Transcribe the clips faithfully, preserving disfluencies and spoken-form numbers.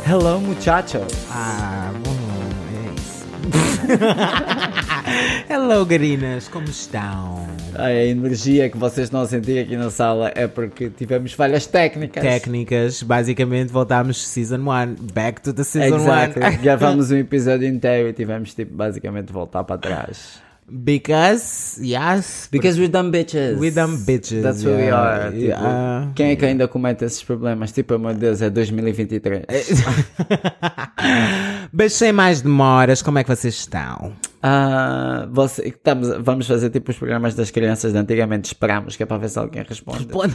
Hello, muchachos. Ah, bom, é isso. Hello, garinas, como estão? A energia que vocês não sentem aqui na sala é porque tivemos falhas técnicas. Técnicas, basicamente voltámos Season one, back to the Season Exactly. one. Gravamos um episódio inteiro e tivemos tipo, basicamente voltar para trás. Because, yes. Because we're dumb bitches. We dumb bitches. That's who we yeah, are. Tipo, yeah. Quem é que ainda comete esses problemas? Tipo, meu Deus, é dois mil e vinte e três. Mas sem mais demoras, como é que vocês estão? Ah, você, estamos, vamos fazer tipo os programas das crianças de antigamente. Esperamos que é para ver se alguém responde. Responde.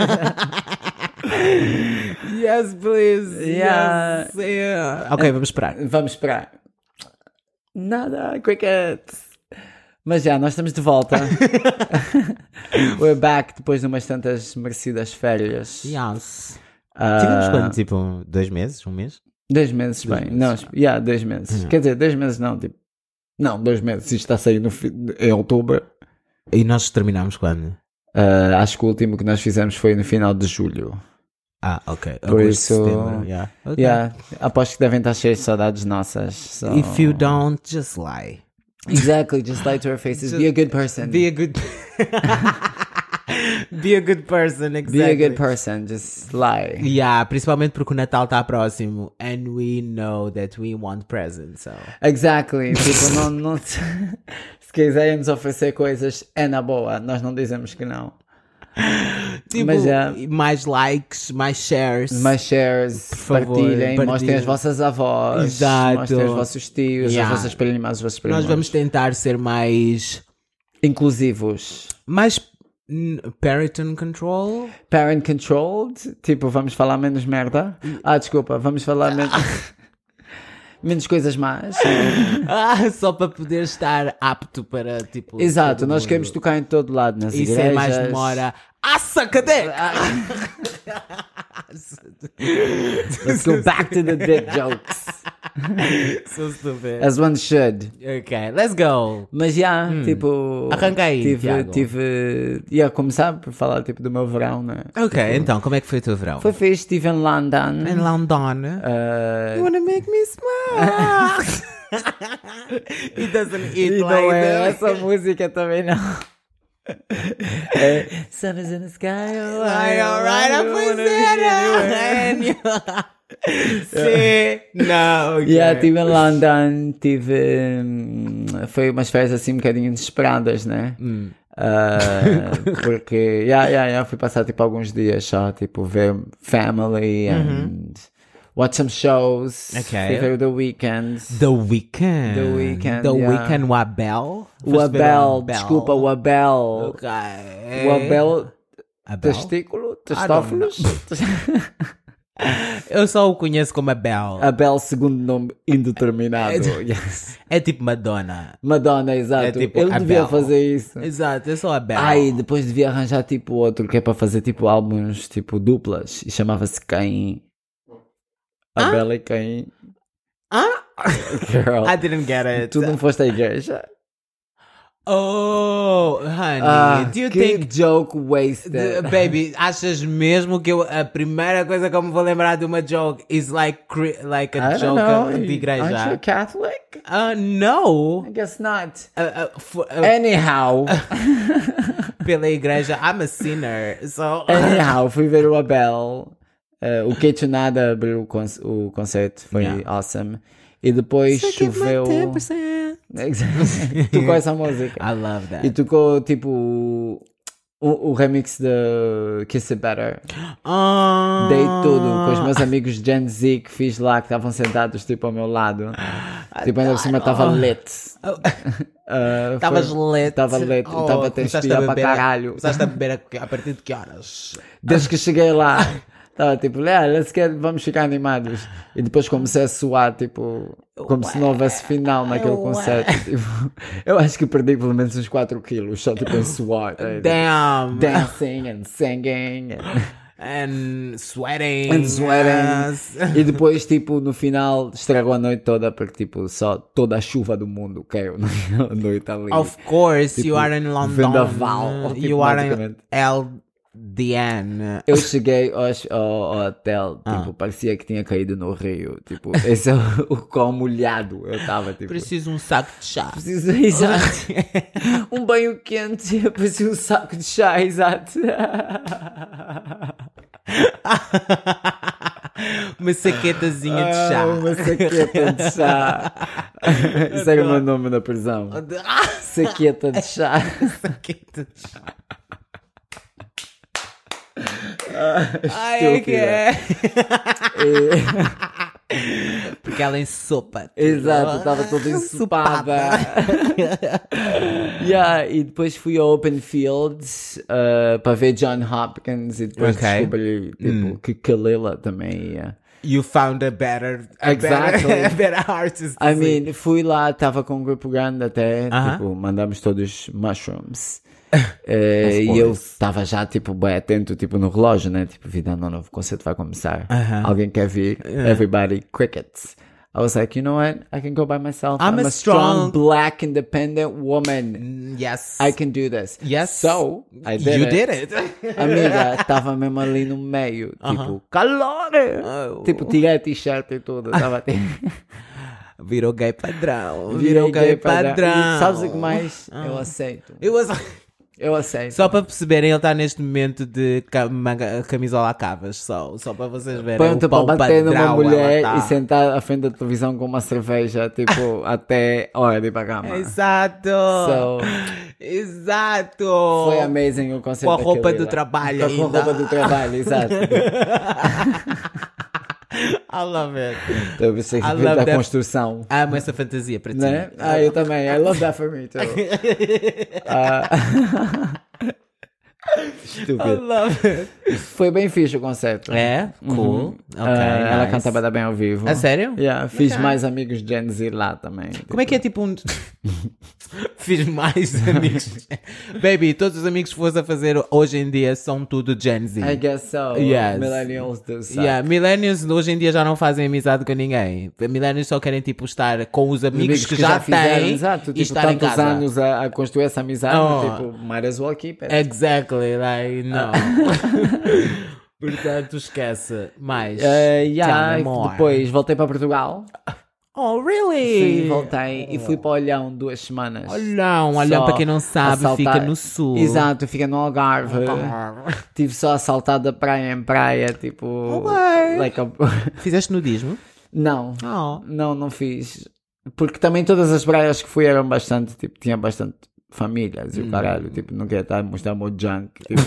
Yes, please. Yeah. Yes, yeah. Ok, vamos esperar. Vamos esperar. Nada, cricket. Mas já, nós estamos de volta. We're back depois de umas tantas merecidas férias. Yes. Ah, Tivemos quanto? Tipo, dois meses? Um mês? Dois meses, Dois bem. meses, Não, já. yeah, dois meses. Uhum. Quer dizer, dois meses não, tipo. Não, dois meses. Isto está a sair no, fi- em outubro. E nós terminámos quando? Ah, acho que o último que nós fizemos foi no final de julho. Ah, ok. Por Agosto, isso- setembro. Yeah. Okay. Yeah, aposto que devem estar cheios de saudades nossas. So... If you don't, just lie. Exactly, just lie to our faces. Be a good person. Be a good... Be a good person, exactly. Be a good person, just lie. Yeah, principalmente porque o Natal está próximo. And we know that we want presents, so... Exactly, tipo, não, não se quiserem nos oferecer coisas, é na boa, nós não dizemos que não. Tipo, Mas é- mais likes, mais shares. Mais shares, favor, partilhem, partilhem. mostrem as vossas avós, Exato. mostrem os vossos tios, Yeah. as vossas primas, os vossos primos. Nós vamos tentar ser mais... Inclusivos. Mais... n- parental control? Parent controlled, tipo, vamos falar menos merda. Ah, desculpa, vamos falar menos... menos coisas más. Ah, só para poder estar apto para, tipo... Exato, todo nós mundo. queremos tocar em todo lado, nas E igrejas. sem mais demora... Aça, cadê? Let's go back to the dick jokes. So stupid. As one should. Ok, let's go. Mas já, tipo... Arranca aí, tive, Tiago. tive... Ia começar por falar, tipo, do meu verão, né? Ok, então, como é que foi o teu verão? Foi fixe, estive em London. Em London. Uh, You wanna make me smile? He doesn't eat e like não é that. essa música também, não. É, Sun is in the sky, Ai, alright, I put that Sim, não, ok. Yeah, estive em London, tive... hum, Foi umas férias assim um bocadinho desesperadas, né? Hum. Uh, porque, yeah, yeah, yeah, fui passar tipo alguns dias só, tipo, ver family and watch some shows. Ok. Fui ver o The Weeknd. The Weeknd. The Weeknd, The yeah. Weeknd, o Abel. O Foste ver Abel, desculpa, o Abel. Ok. O Abel, Abel? testículo, don't testófilos. Eu só o conheço como Abel. Abel, segundo nome indeterminado. É- Yes. É tipo Madonna. Madonna, exato. É tipo Ele devia Abel. fazer isso. Exato, eu sou Abel. Ai, depois devia arranjar tipo outro que é para fazer tipo álbuns tipo duplas e chamava-se Caim. Abel e Caim. Ah? Girl, I didn't get it. tu não foste à igreja? Oh, honey, Ah, do you que think... joke wasted. The- baby, achas mesmo que eu, a primeira coisa que eu me vou lembrar de uma joke is like cri- like a I don't joke know. de Aren't you igreja? Catholic? Uh, no. I guess not. Uh, uh, for, uh, Anyhow, pela igreja, I'm a sinner. So, anyhow, fui ver o Abel. Uh, o Queijo Nada abriu o, con o concerto, foi Yeah. awesome. E depois So give my choveu. ten percent. Exato. Tocou essa música. I love that. E tocou tipo o, o remix de Kiss It Better. Ah. Dei tudo com os meus amigos Gen Z que fiz lá, que estavam sentados tipo ao meu lado. Tipo, ainda por cima estava lit. Uh, Estavas foi- lit. Estava lit, Oh, estava a começaste transpirar a para beber a- caralho. Começaste a beber a, a partir de que horas? Desde que cheguei lá, estava tipo, ah, let's get, vamos ficar animados. E depois comecei a suar, tipo, como se não houvesse final naquele Ué. concerto. Tipo, eu acho que perdi pelo menos uns quatro quilos só tipo em suar. eh, Damn. Dancing and singing. And... And sweating. And sweating. Yes. E depois, tipo, no final estragou a noite toda porque, tipo, só toda a chuva do mundo caiu na noite ali. Of course, Tipo, you are in London. vendaval, tipo, you are in basicamente. L Diane. Eu cheguei ao, ao- ao hotel, Ah. tipo, parecia que tinha caído no rio. Tipo, esse é o, o quão molhado eu estava, tipo. Preciso um saco de chá. Preciso, exato. Um banho quente, eu preciso um saco de chá, exato. Uma saquetazinha de chá. Ah, uma saqueta de chá. Isso era o meu nome na prisão. Saqueta de chá. Saqueta de chá. Ah, Ai, é que é. E- Porque ela ensopa. Exato, estava toda ensopada. Yeah, e depois fui ao Open Fields uh, para ver John Hopkins e depois Ok. descobri tipo, que Kalila também ia. You found a better, a Exactly. better, a better artist. to I see. mean, fui lá, estava com um grupo grande até, Aham. tipo, mandamos todos mushrooms. Eh, e eu course. estava já, tipo, bem atento, tipo, no relógio, né? Tipo, vida, não, novo concerto vai começar. Aham. Alguém quer vir? Everybody, crickets. I was like, you know what? I can go by myself. I'm a a strong, strong- black, independent woman. Mm, Yes. I can do this. Yes. So, I did You it. did it. Amiga, estava mesmo ali no meio, tipo, calor! Oh. Tipo, tirei a t-shirt e tudo, estava tipo... Virou gay padrão. Virei Virou gay padrão. padrão. E sabes o que mais? Eu aceito. It was... Eu aceito. Só para perceberem, ele está neste momento de ca- manga- camisola a cavas. Só, só para vocês verem. Pronto o para quão bater numa padrão mulher ela e tá. sentar à frente da televisão com uma cerveja, tipo, até hora de ir para a cama. Exato. So, Exato. foi amazing o concerto Com a roupa daquele do lá. trabalho Com a ainda. roupa do trabalho, exato. I love it. Então, você I love da that. construção. Amo essa fantasia para ti. Né? Ah, eu também. I love that for me too. Ah, I Estúpido. love it. Foi bem fixe o concerto. É? Cool. Ok, Ah, ela nice. cantava da bem ao vivo. A sério? Yeah, fiz Ok. mais amigos de Gen Z lá também. Como é que é tipo um... Fiz mais amigos. Baby, todos os amigos que fosse a fazer hoje em dia são tudo Gen Z. I guess so. Yes. Millennials do suck. Yeah, millennials hoje em dia já não fazem amizade com ninguém. Millennials só querem tipo estar com os amigos, que, já, fizeram, têm exato, e tipo, estar em tantos casa. anos a, a construir essa amizade, Oh. tipo, might as well keep it. Exactly, like, não. Portanto, esquece. Mais. Uh, yeah, Tell me more. depois voltei para Portugal. Oh, really? Sim, voltei e fui para Olhão duas semanas. Olhão, Olhão, Só para quem não sabe, assaltar- fica no sul. Exato, fica no Algarve. Tive só assaltado da praia em praia, tipo. Ok. Like a... Fizeste nudismo? Não, Oh. não, não fiz. Porque também todas as praias que fui eram bastante, tipo, tinha bastante famílias e Hum. o caralho, tipo, não queria estar a mostrar o meu junk tipo,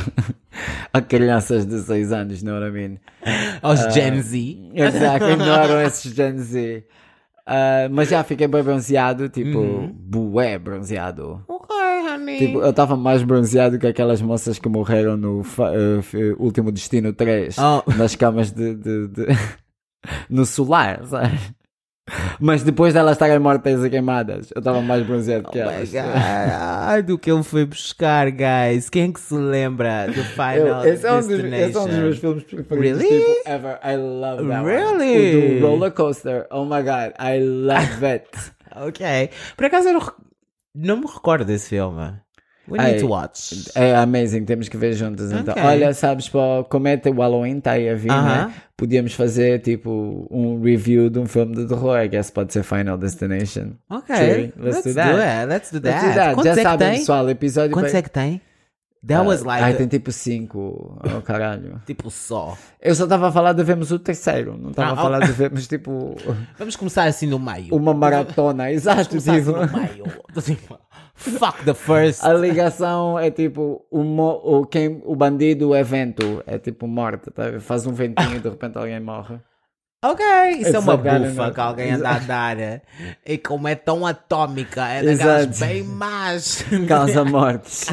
a crianças de seis anos, não era I mean? Aos Ah, Gen Z. Exato, não eram esses Gen Z. Ah, mas já fiquei bem bronzeado, tipo, Uhum. bué bronzeado. Ok, honey. Tipo, eu estava mais bronzeado que aquelas moças que morreram no fa- eh, f- Último Destino três, Oh. nas camas de, de- de- no solar, sabe? Mas depois delas estarem mortas e queimadas, eu estava mais bronzeado que Oh my elas. God. Ai, do que ele foi buscar, guys. Quem é que se lembra do Final Eu, esse, é um dos, Destination? esse é um dos meus filmes preferidos, Really? tipo, ever. I love that Really? one. O do Roller Coaster, oh my god, I love it. Ok. Por acaso eu não, rec- não me recordo desse filme. We need Ai, to watch. É amazing, temos que ver juntos. Então, Ok. olha, sabes, para o Cometa o Halloween está aí a vir, Aham. né? Podíamos fazer tipo um review de um filme de terror. I guess pode ser Final Destination. Ok. Sure, let's do that. it. Let's do that. Let's do that. Quantos Já é que sabem, tem? pessoal, episódio. Quantos vai- é que tem? That was like... Ai, a- tem tipo cinco. Oh, caralho. Tipo só. Eu só estava a falar de vermos o terceiro. Não estava Ah, a falar de vermos tipo Vamos começar assim no meio. uma maratona. Exato, Começar assim tipo. no meio. Tipo, fuck the first. A ligação é tipo o, mo- o, quem, o bandido é vento. É tipo morte. Tá? Faz um ventinho e de repente alguém morre. Ok, isso é It's uma like that, bufa né? que alguém anda a dar. E como é tão atômica, é Exato. daquelas bem más. Causa mortes.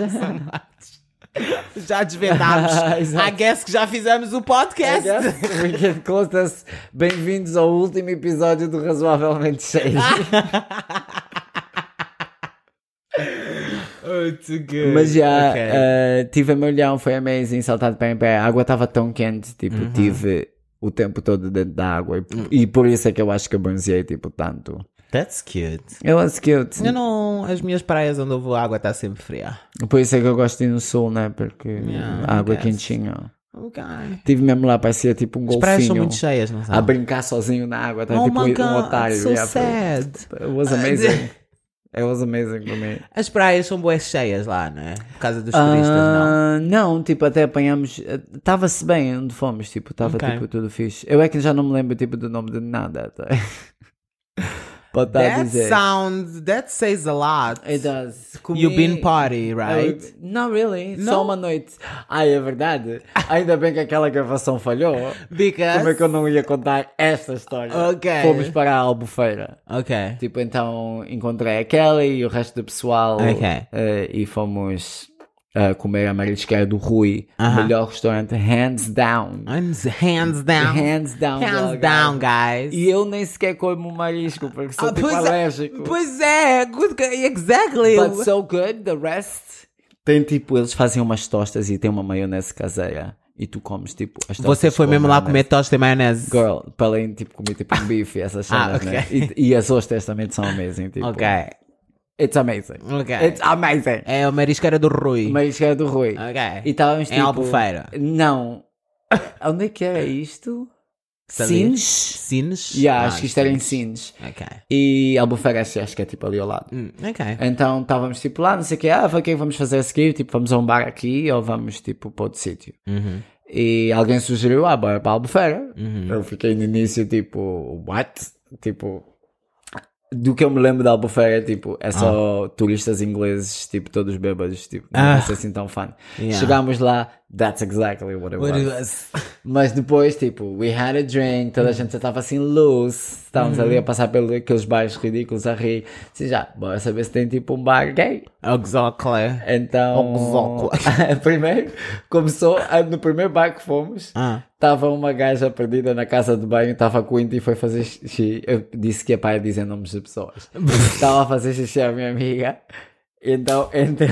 Já desvendámos. Exato. I guess que já fizemos o I podcast. guess we can close this. Bem-vindos ao último episódio do Razoavelmente Cheio. Oh, too good. Mas já Ok. eh, tive a mergulhão, foi amazing, saltado para em pé. A água estava tão quente, tipo, tive o tempo todo dentro da água. E, e por isso é que eu acho que eu bronzeei, tipo, tanto. That's cute. It was cute. Eu não... As minhas praias onde eu vou, a água está sempre fria. Por isso é que eu gosto de ir no sul, né? Porque Yeah, a água é I guess. quentinha. Ok. Tive mesmo lá, parecia tipo um As praias são golfinho muito cheias, não a sabe? brincar sozinho na água. Tá? Oh tipo my um God, otário. so yeah, sad. It was amazing. It was amazing for me. As praias são bué cheias lá, não é? Por causa dos turistas, não? Ah, não, tipo, até apanhamos. Estava-se bem onde fomos, tipo, estava Ok. tipo tudo fixe. Eu é que já não me lembro tipo do nome de nada. Tá? Pode estar a That dizer. sounds... That says a lot. It does. Comi- You've been party, right? Eu- Not really. No? Só uma noite. Ai, é verdade. Ainda bem que aquela gravação falhou. Because... Como é que eu não ia contar esta história? Ok. Fomos para a Albufeira. Ok. Tipo, então encontrei a Kelly e o resto do pessoal. Ok. eh, e fomos eh, comer a marisqueira do Rui. O Aham. melhor restaurante, hands down. Hands, hands down. Hands down. Hands do down, Algarve. guys. E eu nem sequer como marisco, porque sou Ah, tipo pois é, alérgico. Pois é, good, go- exactly. But so good, the rest. Tem tipo, eles fazem umas tostas e tem uma maionese caseira. E tu comes tipo as tostas. Você foi com mesmo lá maionese. comer tosta e maionese? Girl, para além tipo comer tipo um bife e essas Ah, cenas, ok. né? E, e as ostras também são amazing, tipo. Ok, It's amazing. ok. It's amazing. É a marisqueira do Rui. Marisqueira do Rui. Ok. E estávamos Em tipo... Albufeira. Não. Onde é que era isto? Sabias? Sines? Sines? Yeah, Ah, acho que isto era em Sines. Sines. Ok. E Albufeira acho acho que é tipo ali ao lado. Hum, ok. Então estávamos tipo lá, não sei o que, ah, o que é que vamos fazer a seguir? Tipo, vamos a um bar aqui ou vamos tipo para outro sítio? Uhum. E alguém sugeriu, ah, bora para a Albufeira. Uhum. Eu fiquei no início tipo, what? Tipo, do que eu me lembro da Albufeira, tipo, é só turistas ingleses, tipo, todos bêbados, tipo, não Ah. vai ser assim tão fun. Yeah. Chegámos lá, that's exactly what it What it was. was. Mas depois, tipo, we had a drink, toda a gente já estava assim loose, estávamos ali a passar pelos aqueles bares ridículos a rir. Assim, já, bora saber se tem tipo um bar gay. Exactly. Então, primeiro, começou, no primeiro bar que fomos, Ah. estava uma gaja perdida na casa de banho, estava com o Inti e foi fazer xixi. Eu disse que ia para dizer nomes de pessoas. Estava a fazer xixi à minha amiga. Então, então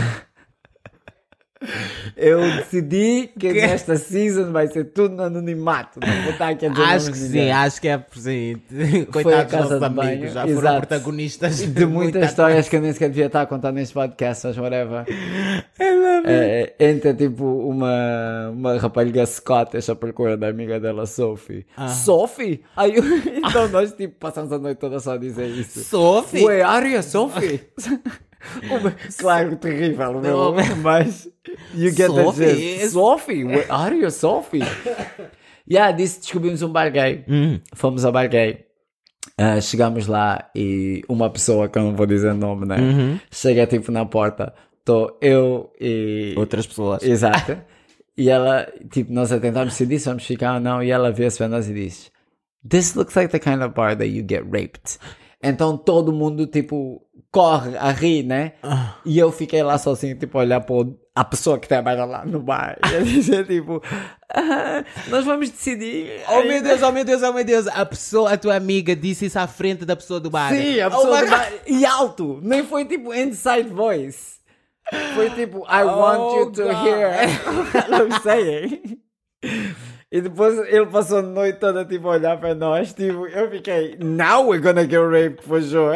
eu decidi que Que? nesta season vai ser tudo no anonimato. Não vou estar aqui a dizer Acho nomes que de sim, ninguém. acho que é sim. Foi a Coitados casa dos nossos de banho, amigos, já foram exato. protagonistas E de muitas muita- histórias que eu nem sequer devia estar a contar neste podcast, mas whatever. É, entra tipo uma, uma rapariga Scottish à procura da amiga dela, Sophie. Ah. Sophie? Aí, eu- então nós tipo passamos a noite toda só a dizer isso. Sophie? Where are you, Sophie? Uma- claro, terrível, meu, mas you get the Sophie? gist. Sophie? Where are you, Sophie? Yeah, disse descobrimos um bar gay. Hum. Fomos ao bar gay. Ah, chegámos lá e uma pessoa que eu não vou dizer nome, né? Uhum. Chega tipo na porta, estou eu e. Outras pessoas. Exato. E ela, tipo, nós a tentarmos decidir se vamos ficar ou não, e ela vê-se para nós e diz: This looks like the kind of bar that you get raped. Então todo mundo, tipo, corre a rir, né? Ah. E eu fiquei lá sozinho, tipo, a olhar para o- a pessoa que trabalha lá no bar. E a dizer, tipo, "Ah, nós vamos decidir. Oh meu Deus, oh meu Deus, oh meu Deus. A pessoa, a tua amiga disse isso à frente da pessoa do bar. Sim, a Oh pessoa my do God. bar. E alto. Nem foi tipo inside voice. Foi tipo, I want you to God. hear what I'm saying. E depois ele passou a noite toda tipo a olhar para nós. Tipo, eu fiquei, now we're gonna get raped for sure.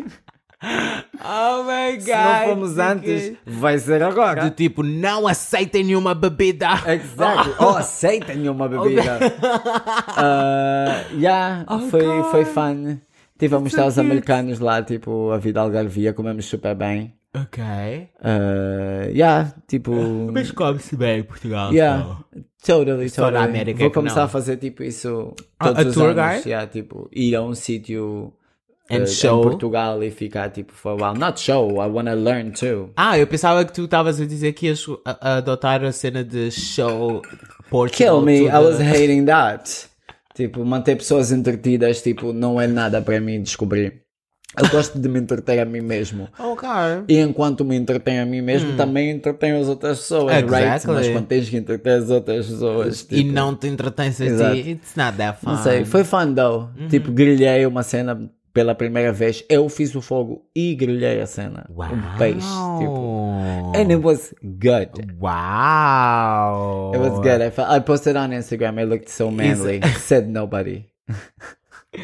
Oh my God. Se não fomos antes, vai ser agora. Do tipo, não aceitem nenhuma bebida. Exactly. Oh, aceitem uma bebida. uh, yeah, foi, God. foi fun. Tive a mostrar so os cute. americanos lá, tipo, a vida algarvia, comemos super bem. Ok. Uh, yeah, tipo. Mas come-se bem em Portugal. Yeah, totally, Só na totally. América Vou que começar não. a fazer tipo isso A- todos a os tour anos. guide? Yeah, tipo, ir a um sítio And uh, show? em Portugal e ficar tipo for a while. Not show, I wanna learn too. Ah, eu pensava que tu estavas a dizer que ias a- a adotar a cena de show Portugal. Kill me, I tudo. was hating that. Tipo, manter pessoas entretidas, tipo, não é nada para mim descobrir. Eu gosto de me entreter a mim mesmo. Ok. E enquanto me entretenho a mim mesmo, também entretenho as outras pessoas, right? Exactly. Mas quando tens que entreter as outras pessoas, E tipo, não te entretens a Exato. ti. It's not that fun. não sei, foi fun though. Tipo, grelhei uma cena pela primeira vez. Eu fiz o fogo e grelhei a cena. Uau. Um peixe, tipo. And it was good. Wow. It was good. I, felt, I posted on Instagram. I looked so manly. Said nobody.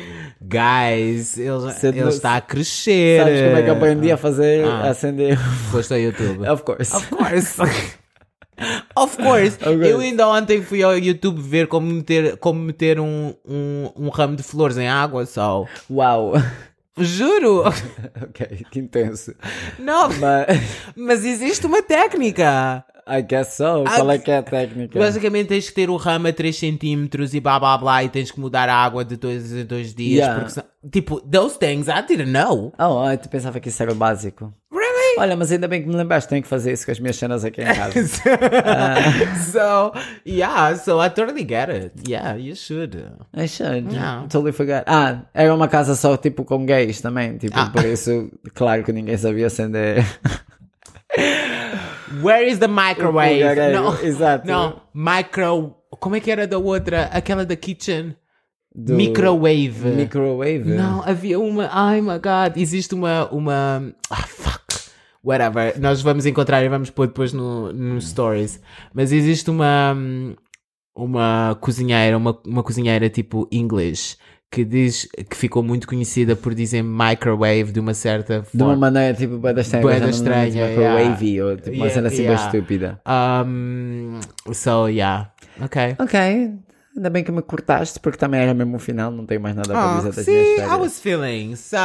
Guys, ele, Você ele não- está a crescer. Sabes como é que eu aprendi a fazer, Ah. a acender? Foste ao YouTube. Of course. Of course. Of course. course. Eu ainda ontem fui ao YouTube ver como meter, como meter um, um, um ramo de flores em água só. Uau. Juro. Ok, que intenso. Não, Mas, mas existe uma técnica. I guess so. Qual é que é a técnica? Basicamente tens que ter o ramo a três centímetros e blá blá blá e tens que mudar a água de dois em dois dias. Yeah. Porque, senão- tipo, those things I didn't know. Oh, eu pensava que isso era o básico. Really? Olha, mas ainda bem que me lembraste, tenho que fazer isso com as minhas cenas aqui em casa. So, yeah, so I totally get it. Yeah, you should. I should. Yeah. Totally forgot. Ah, era uma casa só tipo com gays também. Tipo, Ah. por isso, claro que ninguém sabia acender. Where is the microwave? fogareiro, Não, exato. não, micro. Como é que era da outra? Aquela da kitchen? Do- Microwave. Microwave? Não, havia uma. Ai, my God. Existe uma. uma... Ah, fuck. Whatever. Nós vamos encontrar e vamos pôr depois no, no stories. Mas existe uma. Uma cozinheira, uma, uma cozinheira tipo English, que diz que ficou muito conhecida por dizer microwave de uma certa De uma forma. maneira tipo bué da estranha. Bué já da não me lembro de estranha, Microwave yeah. ou tipo uma Yeah, cena assim bem yeah. estúpida. Um, so, yeah. Ok. Ok, ainda bem que me cortaste porque também era mesmo o final, não tenho mais nada para Oh, dizer das see, minhas I férias. was feeling so.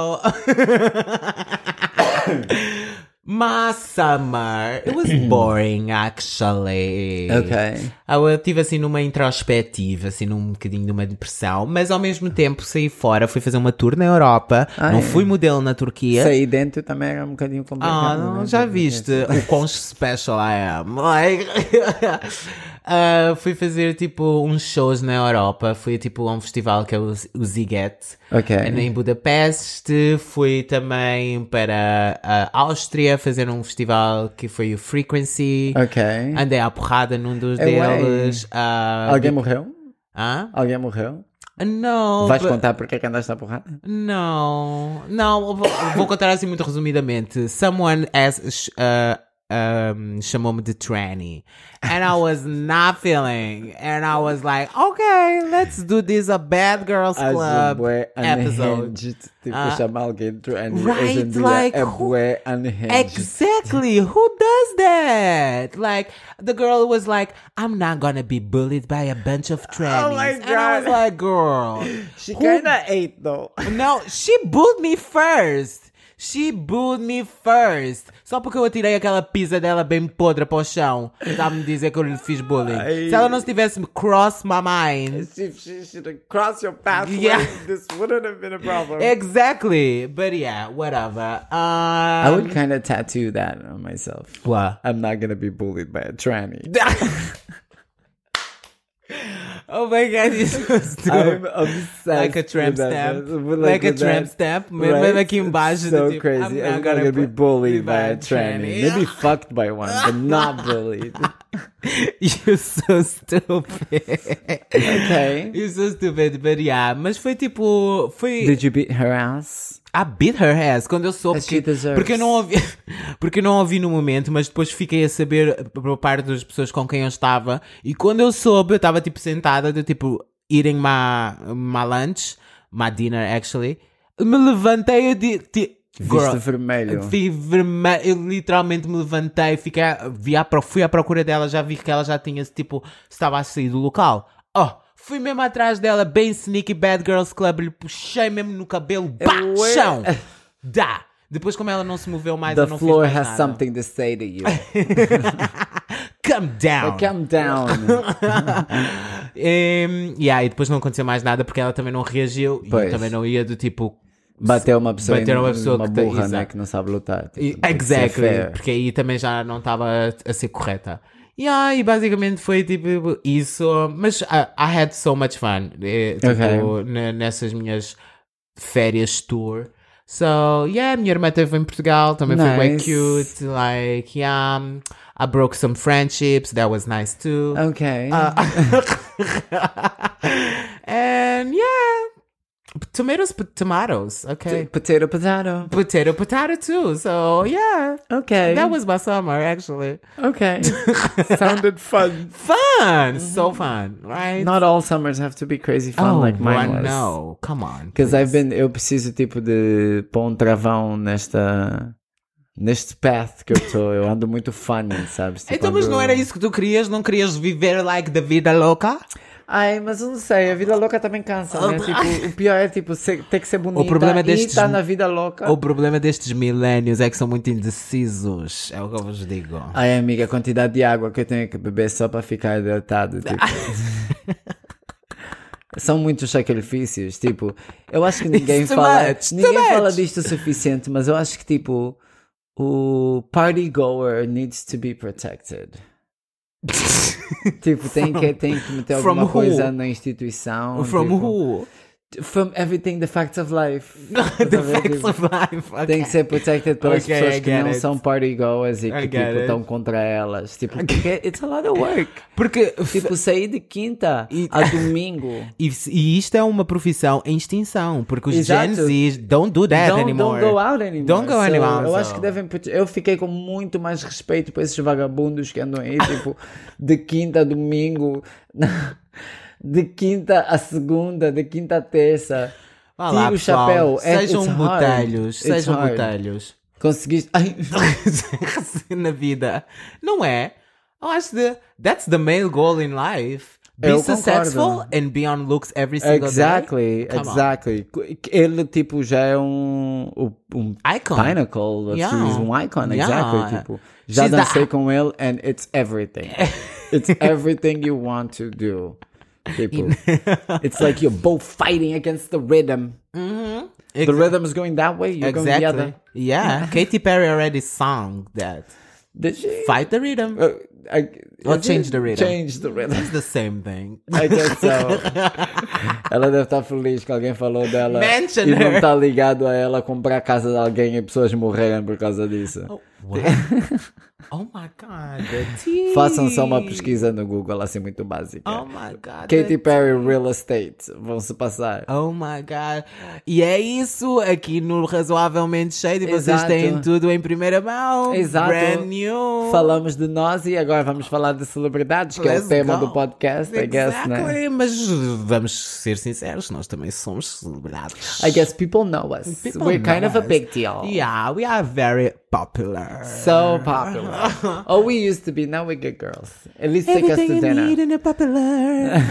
My summer, it was boring actually. Ok. Ah, eu estive assim numa introspectiva, assim num bocadinho de uma depressão, mas ao mesmo tempo saí fora, fui fazer uma tour na Europa, Ah, não é? fui modelo na Turquia. Sair dentro também era um bocadinho complicado. Ah, não, né? já viste o quão special I am. Like, ah, fui fazer tipo uns shows na Europa. Fui tipo a um festival que é o, o Ziget Ok. em Budapeste. Fui também para a Áustria fazer um festival que foi o Frequency. Ok. Andei à porrada num dos É, deles. ah, Alguém morreu? Hã? Alguém morreu? Não. Vais but- contar porque é que andaste a porrada? Não, não, eu vou, vou contar assim muito resumidamente. Someone as, uh, um, chamou-me de tranny. And I was not feeling. And I was like, okay, let's do this a Bad Girls Club bué episode. unhinged. Tipo, Ah. chamar alguém de tranny Right, hoje em dia like, é who- bué unhinged. Exactly. Who does that? Like, the girl was like, I'm not gonna be bullied by a bunch of trannies. Oh my And I was God. like, girl. She who kinda ate though. No, she booed me first. She booed me first. Só porque eu atirei aquela pizza dela bem podre para o chão. Está-me dizer que eu lhe fiz bullying. Ai. Se ela não tivesse cross my mind. If she should have crossed your pathway, Yeah. this wouldn't have been a problem. Exactly. But yeah, whatever. Um, I would kind of tattoo that on myself. What? I'm not gonna be bullied by a tranny. Oh my God, you're so I'm stupid. obsessed Like a tramp with that. stamp. With Like a with tramp that. stamp. Mesmo Right? aqui embaixo. So do tipo, crazy. I'm I'm not not gonna gonna be put- bullied by by a a tranny. tranny. Maybe fucked by one, but not bullied. You're so stupid. Okay. You're so stupid, but yeah. Mas foi tipo... Foi... Did you beat her ass? I beat her ass quando eu soube As que, she deserves. porque eu não ouvi porque eu não ouvi no momento, mas depois fiquei a saber por parte das pessoas com quem eu estava, e quando eu soube eu estava tipo sentada, de tipo eating my, my lunch, my dinner actually, me levantei e di, di, Viste vermelho. vi vermelho, eu literalmente me levantei, fiquei, vi à, pro- fui à procura dela, já vi que ela já tinha tipo, estava a sair do local. Oh, fui mesmo atrás dela, bem sneaky Bad Girls Club, lhe puxei mesmo no cabelo, pá, Ué. chão, dá. Depois, como ela não se moveu mais, eu The não floor fiz mais has nada. something to say to you. Calm down. Calm down. e, yeah, e depois não aconteceu mais nada porque ela também não reagiu e Pois. eu também não ia do tipo. Bateu uma pessoa, Bater uma em- pessoa uma que tá- burra, né, exato. que não sabe lutar. Tipo, E- tem que ser Exactly, fair. porque aí também já não estava a, a ser correta. Yeah, e basicamente foi tipo isso, mas I, I had so much fun, eh, tipo, Ok. ne- nessas minhas férias tour. So, yeah, minha irmã esteve em Portugal, também foi bem Nice. cute, like, yeah, I broke some friendships, that was nice too. Ok. Uh, and yeah, Tomatoes, p- tomatoes. Okay. Potato, potato. Potato, potato too. So yeah. Okay. That was my summer, actually. Okay. Sounded fun. Fun, so fun, right? Not all summers have to be crazy fun oh, like mine boy, was. no, come on. Because please. I've been, eu preciso tipo de pôr um travão nesta, neste path que eu estou. Eu ando muito funny, sabes? Tipo, Então, mas ando- não era isso que tu querias? Não querias viver like the vida louca? Ai, mas eu não sei, a vida louca também cansa, né? Tipo, o pior é tipo ser, ter que ser bonita O problema e destes- estar na vida louca. O problema destes milénios é que são muito indecisos. É o que eu vos digo. Ai, amiga, a quantidade de água que eu tenho que beber só para ficar hidratado, tipo. São muitos sacrifícios, tipo, eu acho que ninguém It's too fala, much, too ninguém fala much. disto o suficiente, mas eu acho que tipo, o party goer needs to be protected. Tipo, tem que, tem que meter From alguma who? coisa na instituição. From tipo, who? From everything, the facts of life. The Estás a ver? facts Tipo, of life. Okay. tem que ser protected pelas Okay, pessoas I que get não it. são party goers e I que get tipo, it. estão contra elas. Tipo, porque it's a lot of work. Porque Tipo, sair de quinta E- a domingo. E, e isto é uma profissão em extinção, porque os Exato. Gen Zs don't do that don't, anymore. don't go out anymore. Don't go So, anymore, Eu so. acho que devem. prote- Eu fiquei com muito mais respeito por esses vagabundos que andam aí, tipo, de quinta a domingo, de quinta a segunda, de quinta a terça. Vá Tira lá, o pessoal. chapéu. É- Sejam it's hard. botelhos, It's sejam hard. botelhos. Conseguiste. Ai, Na vida. Não é? Eu acho que that's the main goal in life. Be Eu successful concordo. and be on looks every single exactly, day. Come on. exactly. Ele, tipo, já é um, um, um Icon. pinnacle. Yeah. He's um icon, Yeah. exactly. Tipo, já She's dancei the- com ele and it's everything. It's everything you want to do. Tipo, it's like you're both fighting against the rhythm. Mhm. The Exa- rhythm is going that way, you're going the Exactly. other. Yeah. Katy Perry already sung that. Did she? Fight the rhythm. Uh, I, Or is change it? the rhythm. Change the rhythm. It's the same thing. I guess so. Ela deve estar feliz que alguém falou dela Mention e não her. está ligado a ela comprar a casa de alguém e pessoas morrerem por causa disso. Oh, what? Oh my god. The tea. Façam só uma pesquisa no Google, assim, muito básica. Oh my god. Katy the Perry Real Estate. Vão se passar. Oh my god. E é isso aqui no Razoavelmente Cheio. E vocês Exato. têm tudo em primeira mão. Exato. Brand new. Falamos de nós e agora vamos falar de celebridades, que é Let's o tema go. do podcast, I guess, né? Exactly. Mas vamos ser sinceros, nós também somos celebridades. I guess people know us. People We're know kind of a us. big deal. Yeah, we are very popular. So popular. Oh, we used to be. Now we're good girls. At least take us Everything to you dinner. need in a popular.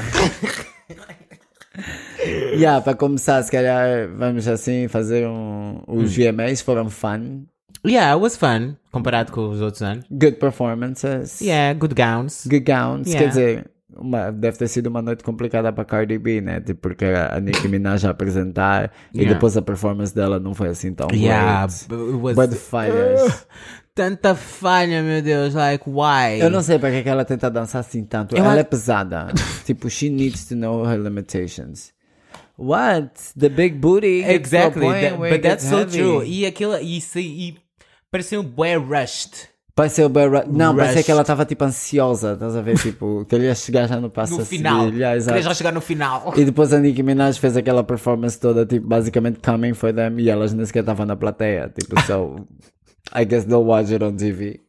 Yeah, para começar, se calhar vamos assim fazer um. Os V M As foram fun. Yeah, it was fun comparado com os outros anos. Good performances. Yeah, good gowns. Good gowns. Yeah. Quer dizer, uma, deve ter sido uma noite complicada para Cardi B, né? Tipo, porque a Nicki Minaj a apresentar e Yeah. depois a performance dela não foi assim tão Yeah, great. but it was But falhas. tanta falha, meu Deus, like why? Eu não sei para que, é que ela tenta dançar assim tanto. Eu ela acho- é pesada. Tipo, she needs to know her limitations. What? The big booty. gets to a Exactly, point that- where it but that's gets so heavy. true. E aquilo, e, se- e parecia um bué rushed. Pareceu o Barra... Não, parecia Rushed. que ela estava tipo ansiosa, estás a ver? Tipo, que ele ia chegar já no passo No a final. seguir. Yeah, exato. Queria já chegar no final. E depois a Nicki Minaj fez aquela performance toda, tipo, basicamente coming for them e elas nem sequer estavam na plateia. Tipo, so, I guess they'll watch it on T V.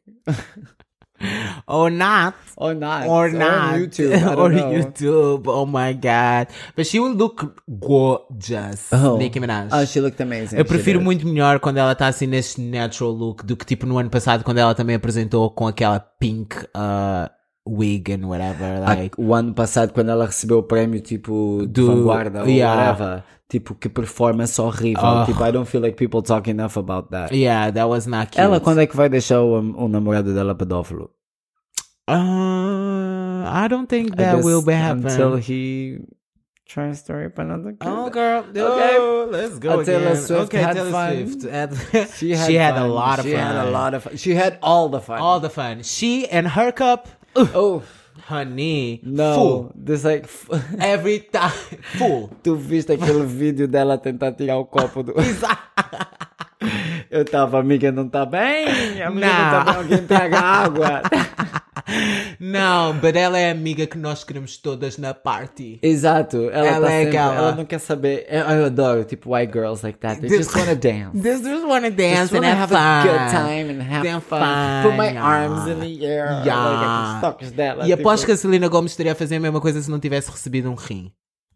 Or not. Or not. Or not. on YouTube. I don't Or know. YouTube. Oh my god. But she will look gorgeous. Oh. Nicki Minaj. Oh, she looked amazing. Eu She prefiro did. muito melhor quando ela está assim nesse natural look do que tipo no ano passado quando ela também apresentou com aquela pink uh, wig and whatever. Like, O ano passado, quando ela recebeu o prémio, tipo, de Do- vanguarda, yeah. ou whatever, tipo, que performance horrível. Oh. Tipo, I don't feel like people talk enough about that. yeah, that was not cute. Ela, quando é que vai deixar o, o namorado dela pedófilo? Uh, I don't think I that guess will be happen. Until he tries to rape another kid. Oh, girl. Okay. Oh, let's go Uh, Taylor again. Swift okay, had Taylor fun. Swift. Had- She had, she had a fun. lot of she fun. had a lot of fun. She had all the fun. All the fun. She and her cup. Oh, Honey. no. Full. This like... f- Every time. Full. Tu viste aquele vídeo dela tentar tirar o copo do... Eu tava, amiga, não tá bem? Amiga, não tá Não. bem, alguém pega água. Não, but ela é a amiga que nós queremos todas na party. Exato, ela, Ela tá é sempre, aquela- ela não quer saber. Eu, eu adoro, tipo, white girls like that. They This- just wanna dance. They just wanna dance Just and wanna have have fun. a good time and have Have fun. fun, Put my yeah. arms in the air. Yeah. Like, aqueles toques dela. E aposto que tipo, a Selena Gomez teria a fazer a mesma coisa se não tivesse recebido um rim.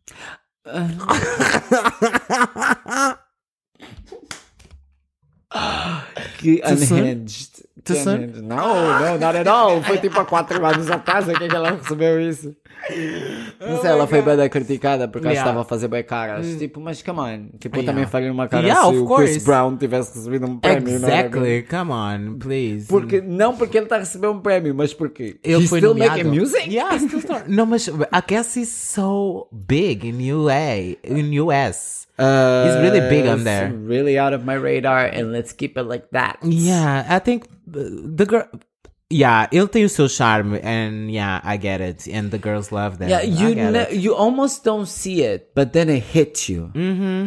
que Too soon? unhinged. Too Que soon? unhinged. No, no, not at all. Foi tipo há quatro anos atrás é que ela recebeu isso. Não sei, ela foi bem criticada porque ela Yeah. estava a fazer bem caras. Tipo, mas come on. Tipo, eu Yeah. também faria uma cara Yeah, se of o course. Chris Brown tivesse recebido um prémio. não era bem? Exactly, come on, please. Porque, não porque ele está a receber um prémio, mas porque Ele he's foi still nomeado. making music? Yeah, still start. No, mas I guess he's so big in U A, in U S. Uh, He's really big on it's there. Really out of my radar, and let's keep it like that. Yeah, I think uh, the girl. Yeah, ele tem o seu charme, and yeah, I get it, and the girls love that. Yeah, I you get ne- it. you almost don't see it, but then it hits you. Mm-hmm.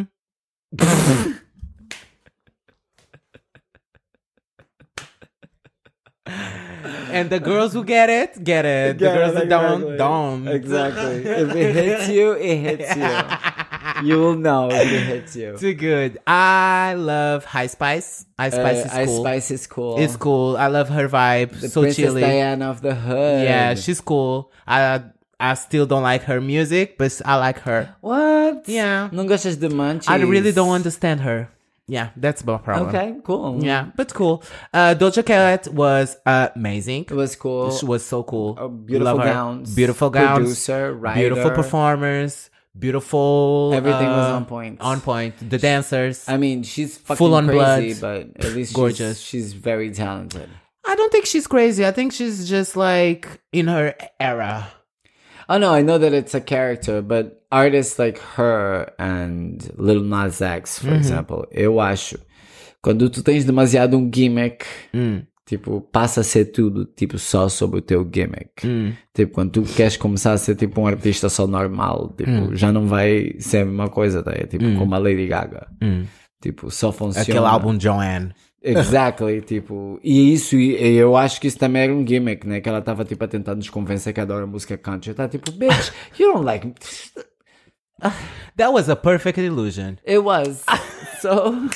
And the girls who get it, get it. The Get girls it, who don't, exactly. don't. Exactly. If it hits you, it hits you. You will know if it hits you. Too good. I love High Spice. High Spice Uh, is Ice cool. Spice is cool. It's cool. I love her vibe. The so Princess chilly. Diana of the Hood. Yeah, she's cool. I I still don't like her music, but I like her. What? Yeah. Não gostas de Munchies? I really don't understand her. Yeah, that's my problem. Okay, cool. Yeah, but cool. Uh, Doja Cat was amazing. It was cool. She was so cool. Uh, beautiful Love her. gowns. Beautiful gowns. Producer, writer. Beautiful performers. Beautiful. Everything was uh, on point. On point. The dancers. I mean, she's fucking Full on crazy, blood. but at least Gorgeous. She's, she's very talented. I don't think she's crazy. I think she's just like in her era. Oh no, I know that it's a character, but artists like her and Lil Nas X, Uhum. for example, eu acho, quando tu tens demasiado um gimmick, Hum. tipo, passa a ser tudo, tipo, só sobre o teu gimmick. Hum. Tipo, quando tu queres começar a ser tipo um artista só normal, tipo, Hum. já não vai ser a mesma coisa, tá? É tipo como a Lady Gaga. Hum. Tipo, só funciona. Aquele álbum Joanne. Exactly, tipo, e isso, e eu acho que isso também era um gimmick, né? Que ela tava tipo a tentar nos convencer que adora música country. Tá tipo, bitch, you don't like. That was a perfect illusion. It was. So.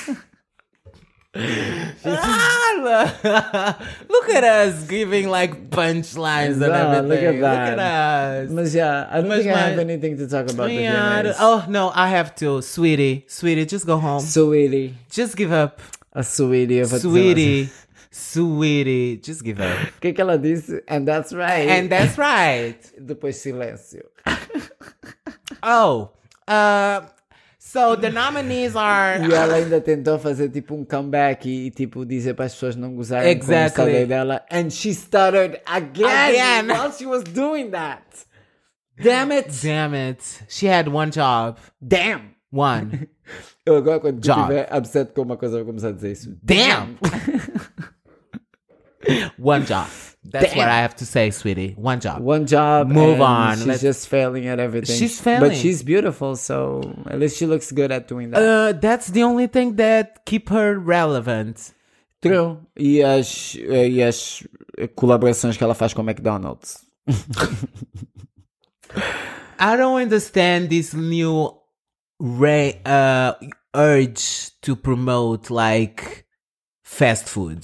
Ah, look at us giving like punchlines and Yeah, everything. look at that. Look at us. Mas yeah, I don't Mas think I have my- anything to talk about the Yeah, I V M don't- As. oh no, I have to. Sweetie, sweetie, just go home. Sweetie. Just give up. A sweetie. Eu vou dizer Sweetie, sweetie, just give up. O que é que ela disse? And that's right. And that's right. Depois silêncio. Oh, uh, so the nominees are. E ela ainda tentou fazer tipo um comeback e, e, tipo dizer para as pessoas não gozarem com Exactly. o stuttered dela. And she stuttered again, Again. while she was doing that. Damn it. Damn it. She had one job. Damn. One. Eu agora quando tu Job. estiver upset com uma coisa vou começar a dizer isso. Damn. One job. That's Damn. what I have to say, sweetie. One job. One job. Move and on. She's Let's- just failing at everything. She's But failing. she's beautiful, so at least she looks good at doing that. Uh, that's the only thing that keep her relevant. True. E as, e as colaborações que ela faz com o McDonald's. I don't understand this new ra- uh, urge to promote like fast food.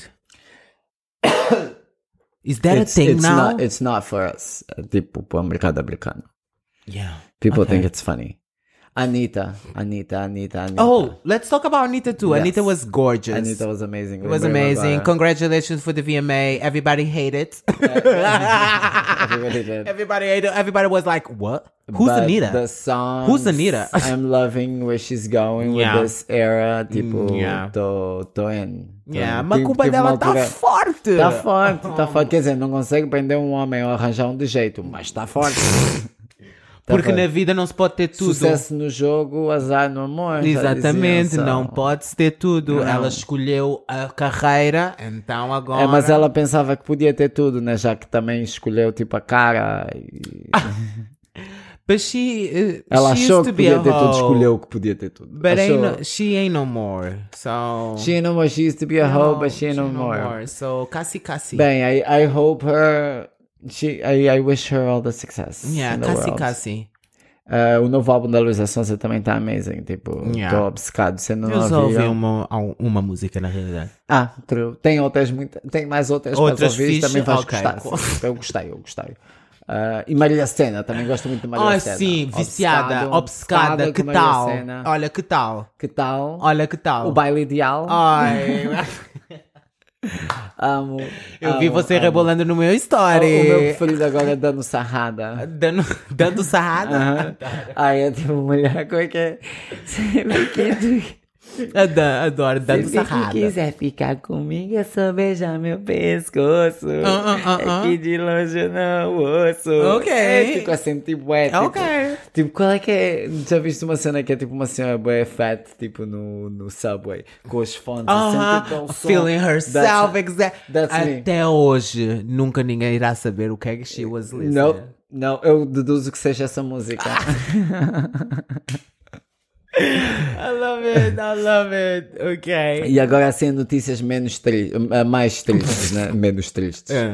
Is that it's, a thing it's now? Not, it's not for us. É tipo pro mercado americano. yeah. People Okay. think it's funny. Anita, Anita, Anita, Anita. Oh, let's talk about Anita too. Yes. Anita was gorgeous. Anita was amazing. It was Lembrei-me amazing. agora. Congratulations for the V M A. Everybody hate it. Everybody did. Everybody hate it. Everybody was like, "What? Who's But Anita?" The song. Who's Anita? I'm loving where she's going Yeah. with this era. Tipo, Yeah. tô, tô in. Tô Yeah, in. mas a Tive- culpa tive uma dela tá altura- forte. Tá forte, tá forte. Quer dizer, não consegue prender um homem ou arranjar um de jeito, mas tá forte. Tá Porque forte. na vida não se pode ter tudo. Sucesso no jogo, azar no amor. já Exatamente, diziam, não só. pode ter tudo. Não. Ela escolheu a carreira, então agora. É, mas ela pensava que podia ter tudo, né? Já que também escolheu tipo a cara. E... But she, uh, Ela she achou used que to be a podia ter tudo, hoe. escolheu que podia ter tudo. But ain't Achou... no, she ain't no more. So. She ain't no more. She used to be a hoe, but she ain't she no more. So, Cassie Cassie. Bem, I, I hope her She, I, I wish her all the success. Yeah, in the Cassie world. Cassie. Uh, o novo álbum da Luísa Sonza também está amazing. Tipo, estou Yeah. obcecado. Você não Eu só ouvi ouviu? uma, uma música na realidade. Ah, true. Tem outras, muito, tem mais outras Outras para ouvir. fixe? Também vais Ok. gostar. Sim. Eu gostei, eu gostei. Uh, e Maria Sena, também gosto muito de Maria Ai, Sena. sim, viciada, obcecada. Que com Maria tal? Sena. Olha, que tal? Que tal? Olha, que tal? O baile ideal. Ai, Amo. eu vi amo, você amo. rebolando no meu O story. meu preferido agora é dando sarrada. Dando, dando sarrada. Aham. Ai, eu tenho uma mulher, como é que é? Sempre que tu, Adoro, adoro dando sempre que sarrada. quiser ficar comigo, é só beijar meu pescoço. Ah, ah, ah, ah. Aqui de longe eu não ouço. Ok. É, fico assim, tipo, é, tipo, Ok. tipo, qual é que é? Já viste uma cena que é tipo uma senhora bué fat, tipo, no, no subway, com os fones, assim, tipo, é um Uh-huh. som. Feeling herself, exactly. that's me. Até hoje, nunca ninguém irá saber o que é que she was listening. Não, não, eu deduzo que seja essa música. I love it, I love it. Ok. E agora assim notícias menos tristes, mais tristes, né? Menos tristes. É.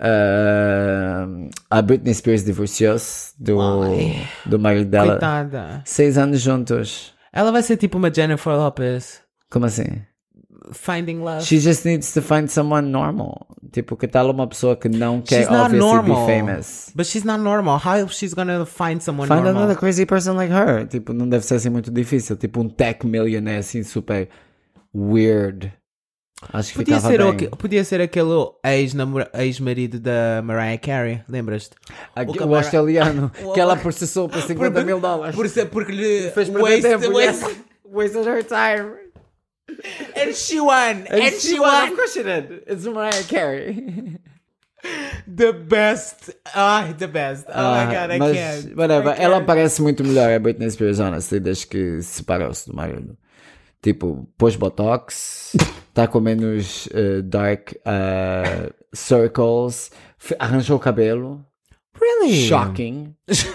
Uh, a Britney Spears divorciou-se do, Ai. do marido dela. Coitada. Seis anos juntos. Ela vai ser tipo uma Jennifer Lopez. Como assim? Finding love. She just needs to find someone normal. Tipo, que tal uma pessoa que não quer She's not obviously normal. be famous? But she's not normal. How she's gonna find someone Find normal? another crazy person like her. Tipo, não deve ser assim muito difícil. Tipo, um tech millionaire assim super weird. Acho que Podia ficava ser, bem. o, que- podia ser aquele ex-namora- ex-marido da Mariah Carey, lembras-te? Aqui, O o, camara- australiano O- que ela processou por cinquenta mil dólares. Por ser, porque lhe Fez perder waste, tempo. waste, yes. Wasted her time. and she won, and, And she, won. won. Of course she did. It's Mariah Carey. The best. Ah, the best. Oh Ah, my god, I mas, can't. whatever. I can't. Ela parece muito melhor, a Britney Spears, honestly, desde que separou-se do marido. Tipo, pôs botox, está com menos uh, dark uh, circles, f- arranjou o cabelo. Really? Shocking.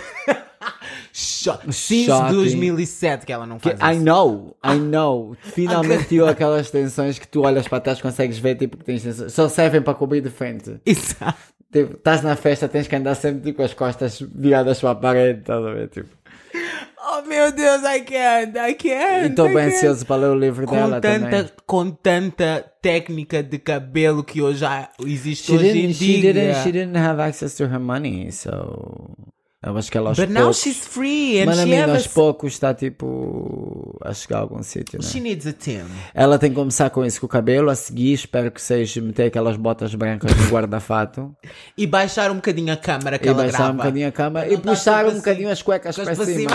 Sho- Since Shocking. dois mil e sete que ela não Que, faz I isso. know, I know. Finalmente tirou aquelas tensões que tu olhas para trás, consegues ver tipo que tens tensões. Só servem para cobrir de frente. Exato. Tipo, estás na festa, tens que andar sempre tipo, com as costas viradas para a parede, estás a ver? Tipo. Oh meu Deus, I can't, I can't. E estou I bem can't. ansioso para ler o livro Com dela tanta, também. com tanta técnica de cabelo que hoje já existe She hoje em didn't, she, dia. didn't, she didn't have access to her money, so... Eu acho que ela aos But now poucos... she's free and Mas a she mim, has aos a... poucos está tipo... a chegar a algum sítio, né? She needs a team. Ela tem que começar com isso, com o cabelo. A seguir, espero que seja meter aquelas botas brancas no guarda-fato. E baixar um bocadinho a câmara que E ela baixar grava. um bocadinho a cama. Não E tá puxar sempre um bocadinho assim. as cuecas Mas para para cima.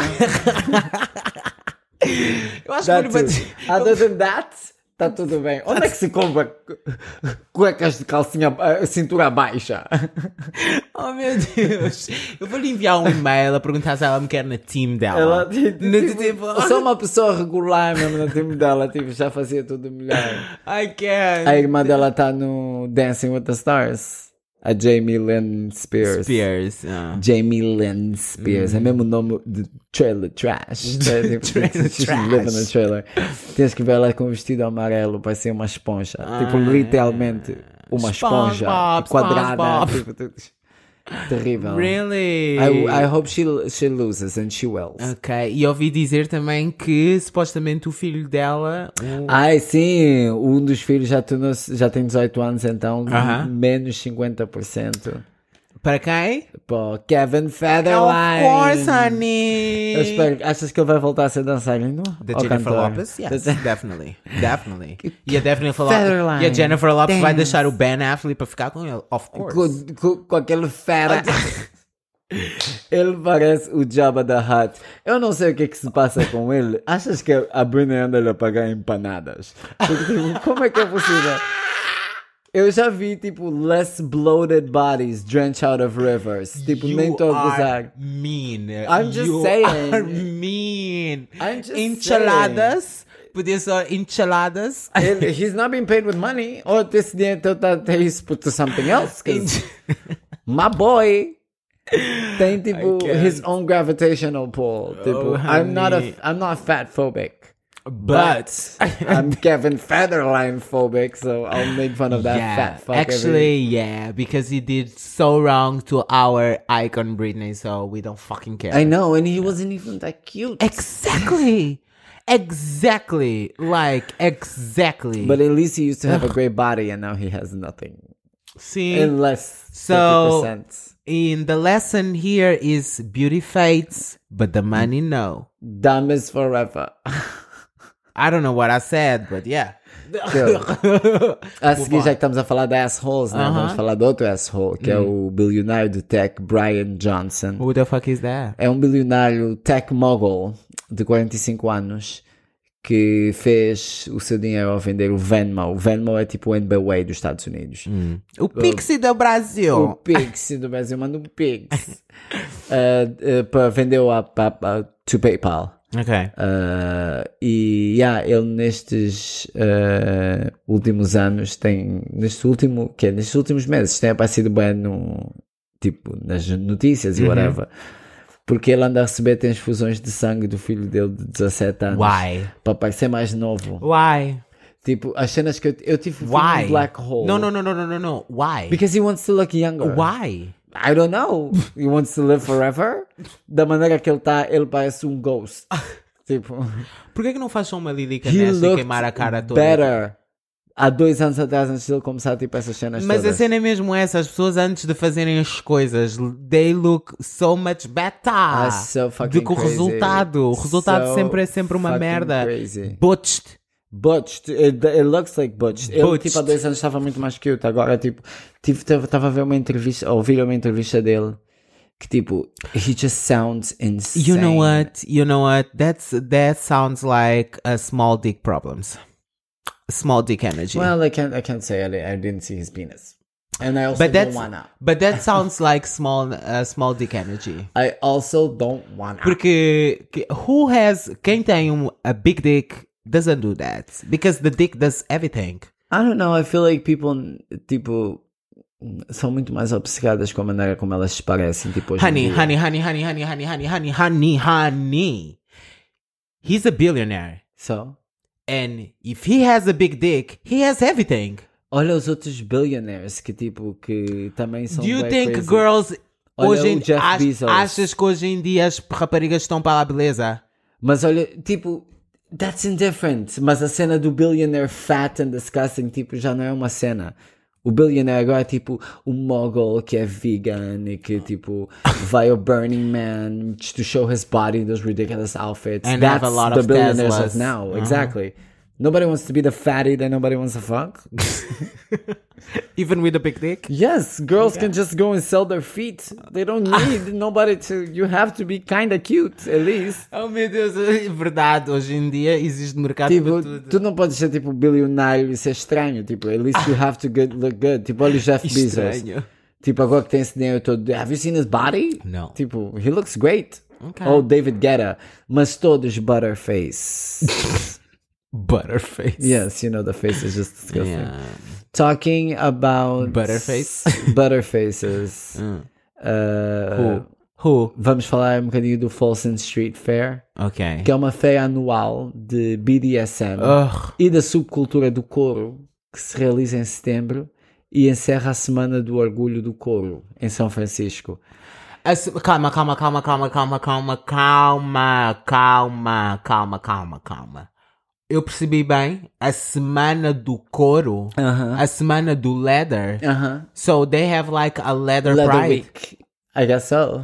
Eu acho That's que it. Other than that, está tudo bem. Onde é que se compra cu- cuecas de calcinha, eh, cintura baixa? Oh meu Deus. Eu vou lhe enviar um e-mail a perguntar se ela me quer na team dela. Ela, tipo, No, tipo, só uma pessoa regular mesmo no time dela, tipo, já fazia tudo melhor. I can't. A irmã dela está no Dancing with the Stars. A Jamie Lynn Spears. Spears. ah. Jamie Lynn Spears. É mesmo o nome de trailer trash. É, tipo, Trailer she's trash. living a trailer. Tens que ver ela com um vestido amarelo, vai ser uma esponja. Tipo, literalmente, uma esponja SpongeBob, quadrada. SpongeBob. Tipo, tudo- terrível. Really? I, I hope she, she loses and she will. Ok, e ouvi dizer também que supostamente o filho dela. o- Ai, sim, um dos filhos já, tornou-se- já tem dezoito anos, então Aham. menos cinquenta por cento. Para quem? Pô, Kevin Of Federline. course, honey! Eu espero, achas que ele vai voltar a ser dançarino? Da Ou Jennifer cantor? Lopez? Yes, Da- definitely. Definitely. E a, Jennifer Lo- Federline. e a Jennifer Lopez vai Dance. deixar o Ben Affleck para ficar com ele. Of course. Com, com, com aquele fera. Ele parece o Jabba da Hutt. Eu não sei o que é que se passa com ele. Achas que a Britney anda-lhe a pagar empanadas? Porque, tipo, como é que é possível? Eu já vi, tipo, less bloated bodies drenched out of rivers. Tipo, You nem estou a are gozar. mean. I'm just you saying. Are mean. I'm just Enchiladas. Podia ser enchiladas. Ele, he's not being paid with money. Or esse dinheiro está tá used to something else. 'Cause my boy tem, tipo, I can't. his own gravitational pull. Tipo, Oh, I'm not a, honey. I'm not fat phobic. But I'm Kevin Federline phobic, so I'll make fun of that yeah, fat fuck. actually, every... yeah, because he did so wrong to our icon Britney, so we don't fucking care. I know, and he wasn't even that cute. Exactly. Exactly. Like, exactly. But at least he used to have a great body, and now he has nothing. See, Unless so fifty percent. In the lesson here is beauty fades, but the money no. Dumb is forever. I don't know what I said, but yeah. A seguir, já que estamos a falar de assholes, né? Uh-huh. Vamos falar de outro asshole, que é o bilionário do tech, Brian Johnson. Who the fuck is that? É um bilionário tech mogul de quarenta e cinco anos que fez o seu dinheiro ao vender o Venmo. O Venmo é tipo o N B W A dos Estados Unidos. Hum. O Pixie do Brasil. O Pix do Brasil manda um Pix. uh, uh, para vender a, a, a, to PayPal. Ok. Uh, e yeah, ele nestes uh, últimos anos tem, neste último, que é, nestes últimos meses tem aparecido bem no, tipo, nas notícias e Uhum. whatever, porque ele anda a receber transfusões de sangue do filho dele de dezassete anos. Why? Para parecer mais novo. Why? Tipo, as cenas que eu, eu tive Why? um black hole. No, no, no, no, no, no, no. Why? Because he wants to look younger. Why? I don't know. He wants to live forever. Da maneira que ele está, ele parece um ghost. Tipo, Por que que não faz só uma lilica he nessa e looked queimar a cara toda? better há dois anos atrás, antes de ele começar tipo essas cenas Mas todas. a cena é mesmo essa, as pessoas antes de fazerem as coisas, they look so much better Ah, so fucking do que o crazy. resultado. O resultado So sempre é sempre uma fucking merda. crazy. Butched. Butched, it, it looks like butched. Ele Butched. tipo há dois anos estava muito mais cute, agora tipo, estava a ver uma entrevista, a ouvir uma entrevista dele, que tipo, he just sounds insane. You know what? You know what? That's that sounds like a small dick problems. Small dick energy. Well, I can't, I can't say I, I didn't see his penis. And I also but don't that's wanna. but that sounds like small uh, small dick energy. I also don't wanna. Porque que- who has quem tem um, a big dick doesn't do that because the dick does everything. I don't know, I feel like people, tipo, são muito mais obcecadas com a maneira como elas se parecem, tipo, hoje em Honey, dia. honey, honey, honey, honey, honey, honey, honey, honey, honey. He's a billionaire. So, And if he has a big dick, he has everything. olha os outros billionaires que, tipo, que também são Do you bem think crazy. girls Olha hoje o em Jeff ach- Bezos. achas que hoje em dia as raparigas estão para a beleza? Mas olha, tipo, that's indifferent. Mas a cena do billionaire fat and disgusting, tipo, já não é uma cena. O billionaire agora é tipo o mogul que é vegan e que tipo vai ao Burning Man just to show his body in those ridiculous outfits. And That's have a lot the of billionaires Teslas. of now. Uh-huh. Exactly. Nobody wants to be the fatty that nobody wants to fuck. Even with a big dick? Yes, girls can just go and sell their feet. They don't need nobody to. You have to be kind of cute, at least. Oh meu Deus, é verdade, hoje em dia existe mercado Tipo, para tudo. tu não podes ser tipo bilionário e ser estranho. Tipo, at least you have to good, look good. Tipo, olha o Jeff Bezos. Estranho. Tipo, agora que tem esse dinheiro todo. Have you seen his body? Não. Tipo, he looks great. Okay. Ou David Guetta. Mas todos butterface. Butterface. Yes, you know the face is just disgusting. Yeah. Talking about Butterface? Butterfaces. Mm. Uh, Who? Who? Vamos falar um bocadinho do Folsom Street Fair, Ok. que é uma feira anual de B D S M Ugh. e da subcultura do couro, que se realiza em setembro e encerra a Semana do Orgulho do Couro, em São Francisco. A se- Calma, calma, calma, calma, calma, calma, calma, calma, calma, calma, calma. Eu percebi bem, a semana do couro, Uh-huh. a semana do leather. Uh-huh. So they have like a leather, Leather pride. Week. I guess so.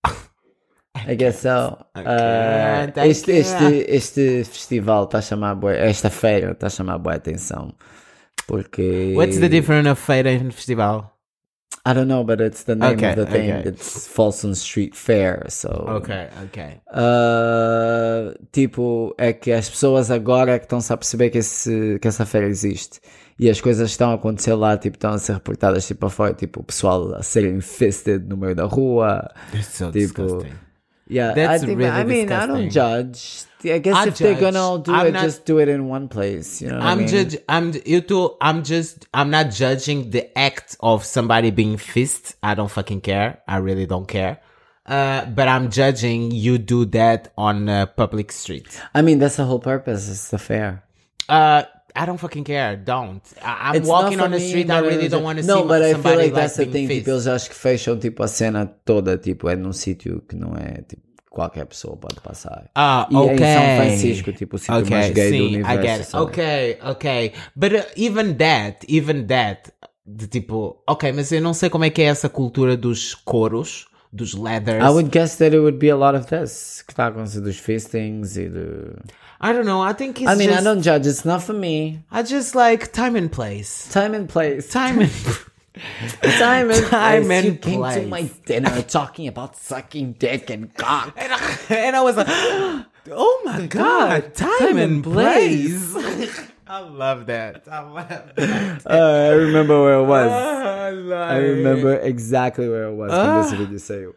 I guess so. I Uh, can't, I este, este, can't. este festival está a chamar bué, esta feira está a chamar boa atenção. Porque... What's the difference of feira and festival? I don't know, but it's the name Okay, of the thing. okay. It's Folsom Street Fair, so... Ok, ok. Uh, tipo, é que as pessoas agora é que estão-se a perceber que, esse, que essa feira existe. E as coisas estão a acontecer lá, tipo, estão a ser reportadas tipo afora, tipo, o pessoal a ser infested no meio da rua. It's so Tipo, disgusting. Yeah, That's I think, really I mean, I don't disgusting. judge. I guess I if they're judge. gonna all do I'm it, not- just do it in one place. You know what I I'm mean? judge. I'm you too. I'm just. I'm not judging the act of somebody being fist. I don't fucking care. I really don't care. uh, but I'm judging you do that on a public street. I mean, that's the whole purpose. It's the fair. Uh, I don't fucking care. Don't. I- I'm It's walking not on for the me, street. I but really it's- don't want to No, see but I feel somebody like like that's the being thing. fist. Tipo, eles acho que fecham tipo a cena toda, tipo, é num sítio que não é tipo qualquer pessoa pode passar. Ah, E okay. em São Francisco, tipo, o sítio Okay, mais gay do sim, I universo. get it. sabe? Okay, okay. But uh, even that, even that, de tipo, ok, mas eu não sei como é que é essa cultura dos coros, dos leathers. I would guess that it would be a lot of this. Que está a acontecer dos fistings e do... I don't know, I think it's I mean, just, I don't judge. It's not for me. I just like time and place. Time and place. Time and... Time and Time place. and you came place. to my dinner talking about sucking dick and cock. and, I, and I was like, oh my god, time, time and and place. I love that. I love that. Uh, I remember where it was. I, love I remember exactly where it was when this video saiu.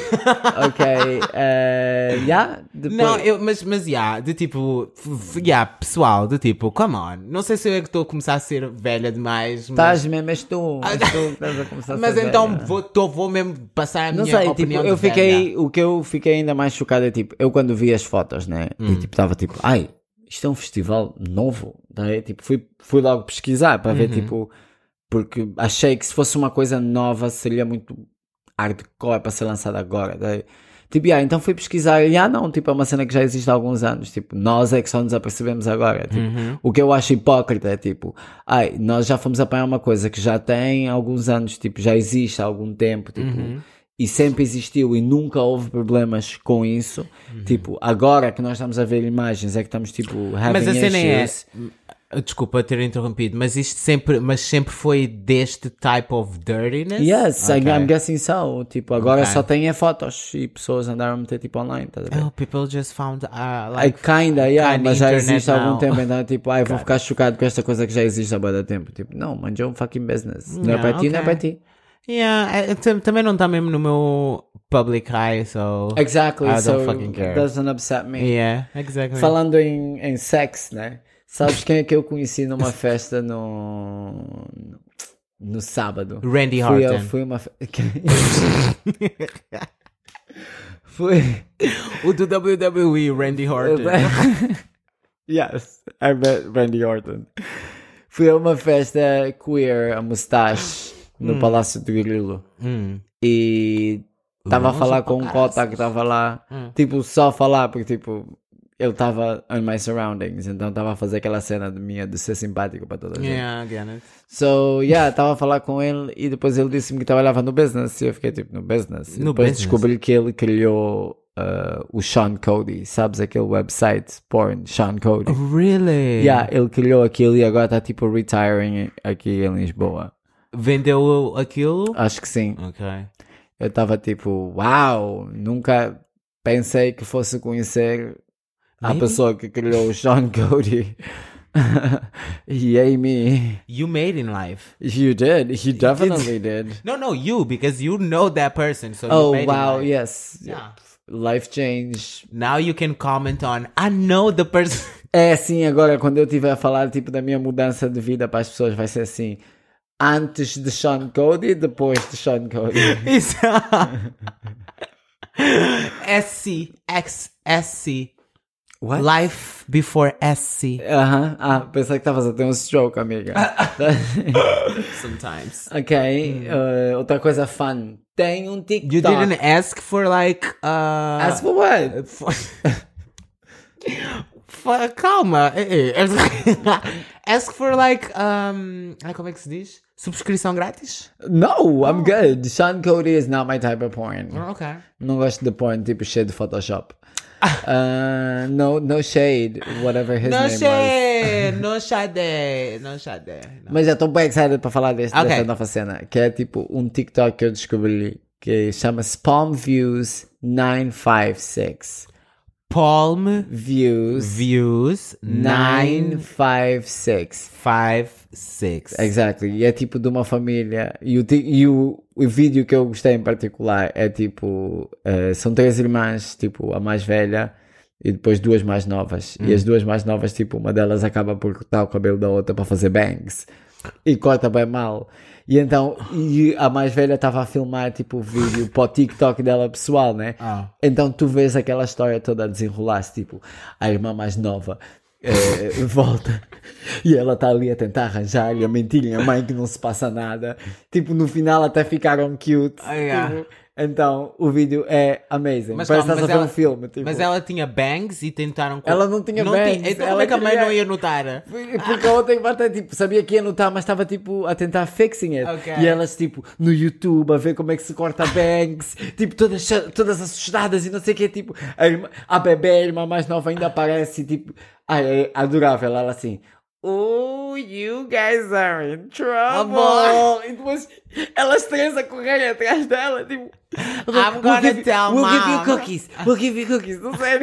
Ok, uh, yeah. Depois... Não, eu, mas, mas, yeah, de tipo, f- f- yeah, pessoal, de tipo, come on. Não sei se eu é que estou a começar a ser velha demais, mas, Estás mesmo, és tu. És tu que estás a começar a mas ser então velha. vou, tô, vou mesmo passar a Não minha sei, tipo, opinião eu de velha. fiquei, o que eu fiquei ainda mais chocado é tipo, eu quando vi as fotos, né, Hum. e tipo, estava tipo, ai, isto é um festival novo, daí, tipo, fui, fui logo pesquisar para Uhum. ver, tipo, porque achei que se fosse uma coisa nova seria muito hardcore para ser lançada agora, daí, tipo, ah, então fui pesquisar e, ah, não, tipo, é uma cena que já existe há alguns anos, tipo, nós é que só nos apercebemos agora, tipo, Uhum. o que eu acho hipócrita é, tipo, ai, nós já fomos apanhar uma coisa que já tem alguns anos, tipo, já existe há algum tempo, tipo, Uhum. e sempre existiu e nunca houve problemas com isso, Uhum. tipo, agora que nós estamos a ver imagens é que estamos, tipo, having Mas a cena é, issues. desculpa ter interrompido, mas isto sempre, mas sempre foi deste type of dirtiness? Yes, Okay. I, I'm guessing so. Tipo, agora Ok. só tem é fotos e pessoas andaram a meter tipo online, tá a ver? Oh, people just found, uh, I like, kinda, yeah, kinda mas já internet existe há algum now. tempo, então tipo, ai, vou ficar chocado com esta coisa que já existe há muito tempo. Tipo, não, mind your own fucking business. Não é Yeah, para ti, não é ok. para ti. Yeah, é, tam- também não está mesmo no meu public eye, so... Exactly, I so don't fucking care. doesn't upset me. Yeah, exactly. Falando em, em sexo, né? Sabes quem é que eu conheci numa festa no, no sábado? Randy Fui, Orton. eu, fui uma fe... Fui... O do W W E, Randy Orton. Yes, I met Randy Orton. Fui a uma festa queer, a Mustache, no Palácio do Grilo. Hum. E estava a Longe falar pra com um caraças. cota que estava lá. Hum. Tipo, só falar, porque tipo, ele estava on my surroundings. Então estava a fazer aquela cena de minha de ser simpático para toda a gente. Yeah, I get it. So, yeah, estava a falar com ele e depois ele disse-me que trabalhava no business. E eu fiquei tipo, no business? E No depois business? descobri que ele criou uh, o Sean Cody. Sabes aquele website porn, Sean Cody? Really? Yeah, ele criou aquilo e agora está tipo retiring aqui em Lisboa. Vendeu aquilo? Acho que sim. Ok. Eu estava tipo, uau, nunca pensei que fosse conhecer a Maybe. pessoa que criou o Sean Cody. E Amy, You made in life. you did, you definitely did. No, no, you, because you know that person, so you Oh, made wow, in life. yes. Yeah. Life change. Now you can comment on, I know the person. É assim, agora quando eu estiver a falar tipo da minha mudança de vida para as pessoas, vai ser assim, antes de Sean Cody, depois de Sean Cody. Isso. S C, X, S C. What? Life before S C. Aham, ah, pensei que estavas a ter um stroke, amiga. Sometimes. Ok, uh, outra coisa fun. Tem um TikTok. You didn't ask for like, uh... Ask for what? For... for- calma. eh, eh. Ask for like, um... Ai, como é que se diz? Subscrição grátis? No, I'm good. Sean Cody is not my type of porn. Ok. Não gosto de porn tipo cheio de Photoshop. Uh, no, no shade, whatever his No name was. shade, no shade, no shade. No. Mas já estou bem excited para falar deste, Ok. desta nova cena, que é tipo um TikTok que eu descobri, que chama-se Palm Views nine five six. Palm Views Views nine nine five six. five six. Exactly. E é tipo de uma família. E o, ti- e o, o vídeo que eu gostei em particular é tipo. eh, são três irmãs, tipo, a mais velha e depois duas mais novas. E as duas mais novas, tipo, uma delas acaba por cortar o cabelo da outra para fazer bangs. E corta bem mal. E então, e a mais velha estava a filmar tipo o vídeo para o TikTok dela pessoal, né? Ah. Então tu vês aquela história toda a desenrolar-se, tipo, a irmã mais nova eh, volta e ela está ali a tentar arranjar-lhe, a mentir-lhe a mãe que não se passa nada. Tipo, no final até ficaram cute. Ah, yeah. Tipo, então, o vídeo é amazing. Mas Parece calma, que estás a ver ela- um filme. Tipo. Mas ela tinha bangs e tentaram... co- Ela não tinha bangs, Tinha... Então ela como é que a mãe queria- não ia notar? Porque a outra irmã tipo, sabia que ia notar, mas estava tipo a tentar fixing it. Ok. E elas tipo no YouTube a ver como é que se corta bangs, tipo todas, todas assustadas e não sei o que. Tipo, a, irmã, a bebê, a irmã mais nova ainda aparece e tipo, ai, é adorável. Ela assim, oh, you guys are in trouble. E depois elas três a correrem atrás dela, tipo, I'm gonna give you- tell we'll give you mom." cookies, we'll give you cookies. Não sei.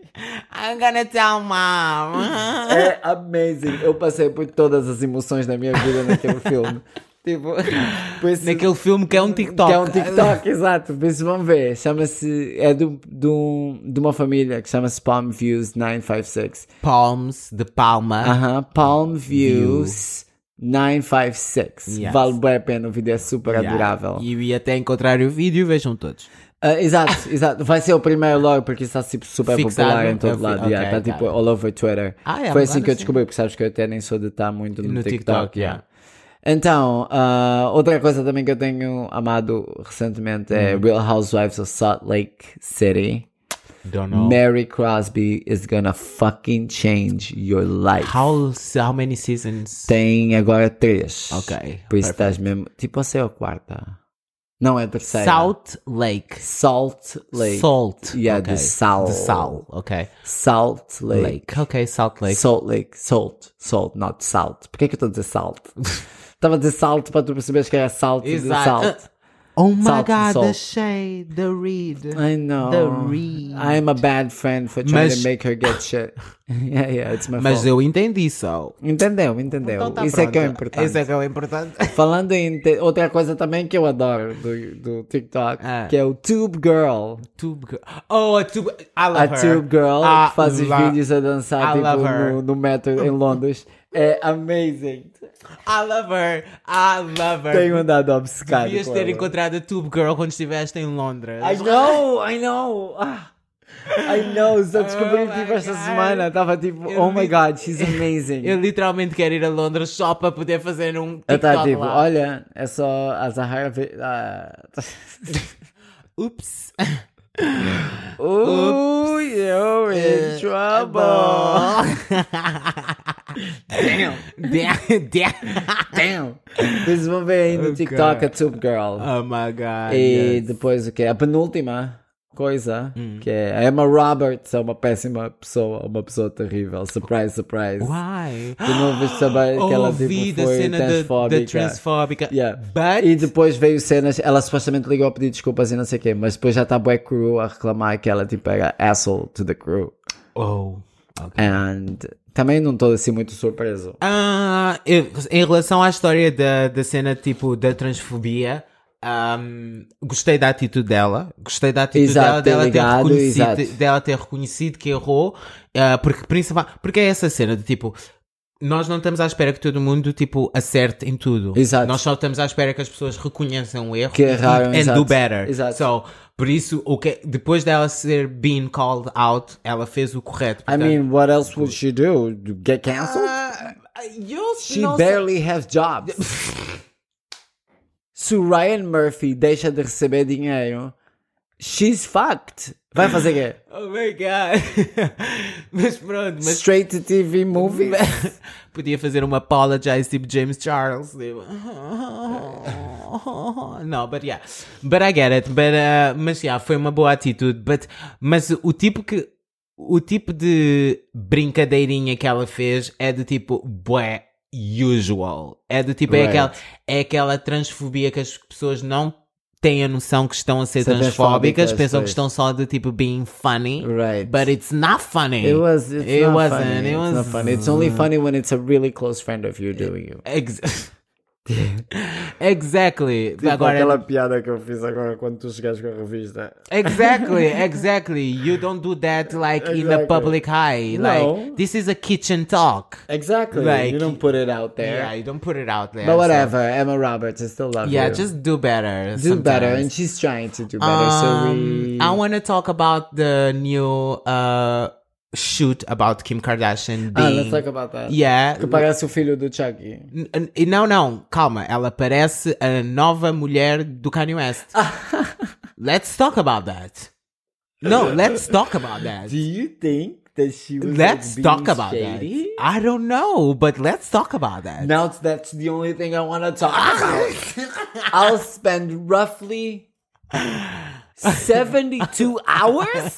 I'm gonna tell mom. É amazing. Eu passei por todas as emoções da minha vida naquele filme. Tipo, por isso- Naquele filme que é um TikTok. que é um TikTok, exato. Por isso vão ver. Chama-se. É do, do, de uma família que chama-se Palm Views nove cinco seis. Palms, de palma. Aham, Palm Views nove cinco seis. Yes. Vale bem a pena. O vídeo é super Yeah. adorável. E, e até encontrar o vídeo, vejam todos. Ah, exato, exato. Vai ser o primeiro logo porque isso está tipo, super Fixado? popular em todo Eu fi- lado. ok, yeah, Está tipo tá. all over Twitter. Ah, é, Foi assim agora que eu sim. descobri, porque sabes que eu até nem sou de estar muito no, No TikTok. TikTok, yeah. yeah. Então, ah, outra coisa também que eu tenho amado recentemente é Hum. Real Housewives of Salt Lake City. Don't know. Mary Crosby is gonna fucking change your life. How, how many seasons? Tem agora três. Ok, Por isso perfect. estás mesmo. Tipo, você é a quarta. Não é a terceira. Salt Lake. Salt Lake. Salt. Yeah, ok. de sal. De sal, ok. Salt Lake. Lake. Ok, Salt Lake. Salt Lake. Salt. Salt, not salt. Porquê que eu estou a dizer salt? Estava a dizer salt para tu perceberes que era salt de Exato. salt. Oh my Salt, god, salt. the shade, the read. I know. The read. I'm a bad friend for trying Mas- to make her get shit. yeah, yeah, it's my Mas fault. eu entendi só. Entendeu, entendeu. Então tá Isso é que é o pronto. importante. Isso é que é o importante. Falando em te- outra coisa também que eu adoro do, do TikTok, Ah. que é o Tube Girl. Tube Girl. Oh, a Tube... I A love her. Tube Girl I que faz os lo- vídeos a dançar I tipo, love her. no, no metro em Londres. É amazing. I love her. I love her. Tenho andado obcecado. Devias com ter ela. encontrado a Tube Girl quando estiveste em Londres. I know, I know. Ah, I know, só descobri Oh my tipo esta God. semana. Estava tipo, Eu oh my li- god, she's amazing. Eu literalmente quero ir a Londres só para poder fazer um Eu TikTok tá tipo, lá. olha, é só a Zahara ver. Ah. Ups. Oh, you're in trouble. Damn. Damn. Damn. Damn. Vocês vão ver aí no Oh, TikTok God. a Tube Girl. Oh my god. E yes. depois o que? A penúltima coisa, que é a Emma Roberts, é uma péssima pessoa, uma pessoa terrível. Surprise, surprise. Why? Tu não viste saber que ela Ouvi tipo, da foi cena da- transfóbica. da transfóbica. Yeah. But... E depois veio cenas, ela supostamente ligou a pedir desculpas e não sei o quê, mas depois já está bué crew a reclamar que ela tipo era asshole to the crew. Oh. Okay. And também não estou assim muito surpreso. Ah, eu- em relação à história da, da cena tipo da transfobia, ahm, gostei da atitude dela, gostei da atitude Exato, dela, ter dela, ter ligado, reconhecido, exato. dela ter reconhecido que errou, ah, porque, principal, porque é essa cena de tipo, nós não estamos à espera que todo mundo tipo acerte em tudo. Exato. Nós só estamos à espera que as pessoas reconheçam o erro Que erraram, and exato. do better. Exato. So, por isso, o que, depois dela ser being called out, ela fez o correto. I Portanto, mean, what else would she do? Get cancelled? ah, eu She não sei. barely has jobs. Se o Ryan Murphy deixa de receber dinheiro, she's fucked. Vai fazer quê? Oh my god. Mas pronto, mas Straight to T V movie? podia fazer uma apologize tipo James Charles. Tipo. Não, but yeah. But I get it. But, uh, mas yeah, foi uma boa atitude. But, mas o tipo que. O tipo de brincadeirinha que ela fez é do tipo bué usual. É do tipo, é, Right. aquela, é aquela transfobia que as pessoas não têm a noção que estão a ser Ser transfóbicas, transfóbicas, pensam que pois. estão só de tipo being funny. Right. But it's not funny. It was. It's It not wasn't. funny. It It's was not funny. It's only funny when it's a really close friend of you doing it. Ex- Exactly. Tipo Agora, aquela piada que eu fiz agora quando tu chegaste com a revista. exactly, exactly. You don't do that like in a Exactly. public high. No. Like this is a kitchen talk. Exactly. Like- you don't put it out there. Yeah, you don't put it out there. But so- whatever, Emma Roberts, I still love yeah, you. just do better. do better, sometimes. and she's trying to do better. so Um, we. I want to talk about the new uh shoot about Kim Kardashian Ah, being. let's talk about that. Yeah. Que parece o filho do Chucky. N- n- Não, não, calma. Ela parece a nova mulher do Kanye West. Let's talk about that. No, let's talk about that. Do you think that she was Let's like, talk being about shady? that. I don't know, but let's talk about that. Now that's the only thing I want to talk about. I'll spend roughly seventy-two hours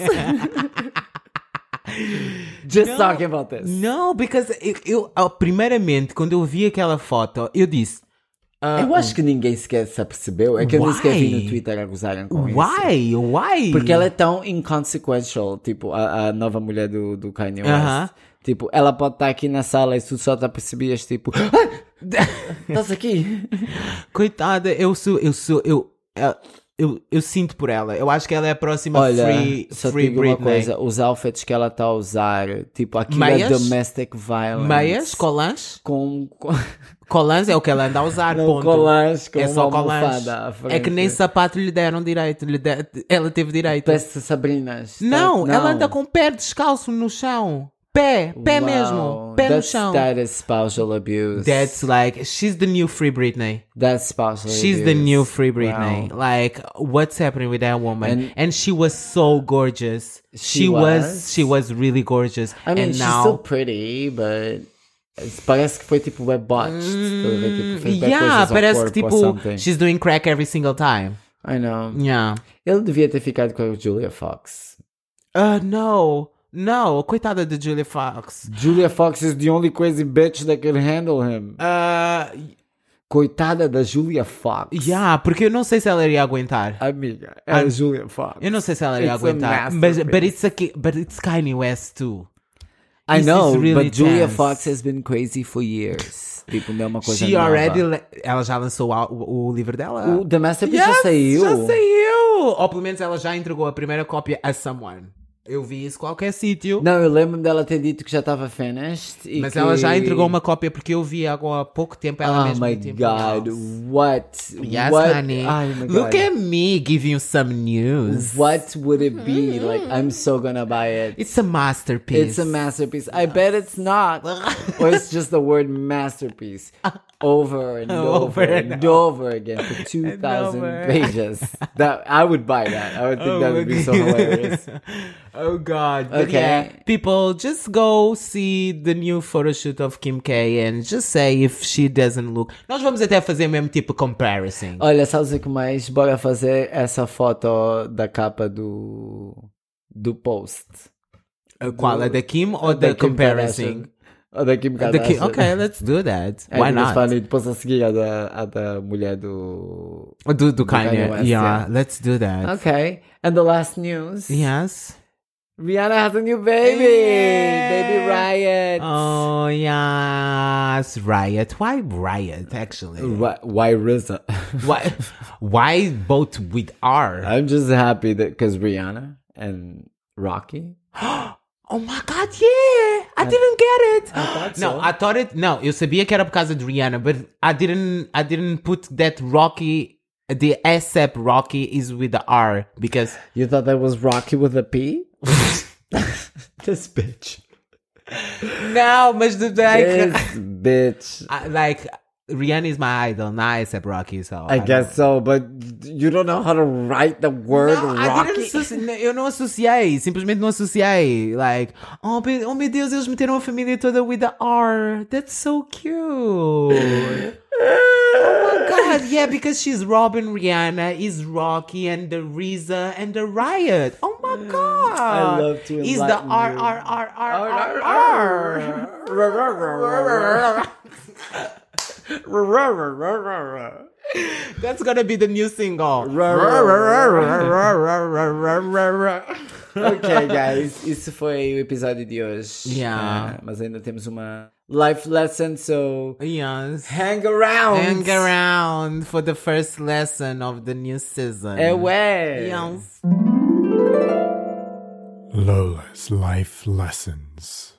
just No. talking about this. No, because eu, eu, ah, primeiramente, quando eu vi aquela foto, eu disse, ah, Eu acho que ninguém sequer se apercebeu. É que eu nem sequer vi no Why? Twitter a gozarem com isso. why? Why? Porque ela é tão inconsequential, tipo, a, a nova mulher do, do Kanye West. Aham. Tipo, ela pode estar aqui na sala e tu só te apercebias, tipo, ah, estás aqui? Coitada, eu sou, eu sou, eu, eu, eu, eu sinto por ela. Eu acho que ela é a próxima Olha, Free, só te free digo uma Britney. coisa, os outfits que ela está a usar, tipo, aquilo Meias? é domestic violence. Meias, colãs? Com, com, Colãs é o que ela anda a usar, não, ponto. colãs com É uma só colãs. almofada à frente. É que nem sapato lhe deram direito. Lhe de... Ela teve direito. Parece Sabrinas. Não, Tá- ela anda com o pé descalço no chão. Pé, pé Uau, mesmo. Pé no that's- chão. That is spousal abuse. That's like, she's the new Free Britney. That's spousal She's abuse. the new Free Britney. Wow. Like, what's happening with that woman? And- And, she was so gorgeous. She She, was? was? she was really gorgeous. I mean, and she's now, still pretty, but parece que foi tipo web botched. Estás a ver? Tipo, fez bué yeah, coisas ao parece corpo que or tipo, something. she's doing crack every single time. I know. Yeah. Ele devia ter ficado com a Julia Fox. Uh, no. No, coitada de Julia Fox. Julia Fox is the only crazy bitch that can handle him. Uh, Coitada da Julia Fox. yeah, porque eu não sei se ela iria aguentar. Amiga, é a Ah, Julia Fox. Eu não sei se ela iria It's a aguentar. But, masterpiece. but, it's a, ki- but it's Kanye West too. I This know, is really but Julia tense. Fox has been crazy for years. Tipo, não é uma coisa She nova. already... le- Ela já lançou o, o livro dela? O The Masterpiece Yes, já saiu. Já saiu! Ou pelo menos ela já entregou a primeira cópia a someone. Eu vi isso em qualquer sítio. Não, eu lembro dela ter dito que já estava finished. E Mas que... ela já entregou uma cópia porque eu vi agora há pouco tempo ela Oh mesma. my no Temple god, House. what? Yes, what? honey. Oh my god. Look at me giving you some news. What would it be? Like, I'm so gonna buy it. It's a masterpiece. It's a masterpiece. I bet it's not. Or it's just the word masterpiece. Over and over, Over and and over again for two thousand over. pages. That I would buy that. I would think Oh that my would be so God. hilarious. Oh god. But Okay. yeah, people just go see the new photo shoot of Kim K and just say if she doesn't look. Nós vamos até fazer mesmo tipo comparison. Olha, sabes o que mais? Bora fazer essa foto da capa do do post. Qual? A da Kim ou Da da Kim comparison? Kardashian. Ou da Kim Da Kardashian. Kim. Okay, let's do that. É, Why because not? funny, depois a seguir a da, a da mulher do... Do, do Kanye. Kanye West, yeah, yeah. let's do that. Okay. And the last news. Yes. Rihanna has a new baby. Yay! Baby Riot. Oh yes, Riot. Why Riot? Actually, Why, why R Z A? why? Why both with R? I'm just happy that because Rihanna and Rocky. Oh my god, yeah! I didn't get it. I thought No, so. I thought it. No, eu sabia que era por causa de Rihanna, but I didn't. I didn't put that Rocky. The ASAP Rocky is with the R because You thought that was Rocky with a P? This bitch. no, mas the like, This bitch. I- like Rihanna is my idol, not ASAP Rocky. So I don't- guess so, but you don't know how to write the word Não, I Rocky? didn't associ- eu não associei, simplesmente não associei. Like, oh, pe- oh meu Deus, eles meteram a família toda with the R. That's so cute. Oh my god, yeah, because she's Robin, Rihanna, is Rocky, and the R Z A and the Riot. Oh my god. I love to Is the enlighten R you. R R R R R. That's gonna be the new single. Ok, guys, isso foi o episódio de hoje. Yeah. Uh, mas ainda temos uma life lesson, so Yes. hang around. Hang around for the first lesson of the new season. É ué. Yes. Lola's Life Lessons.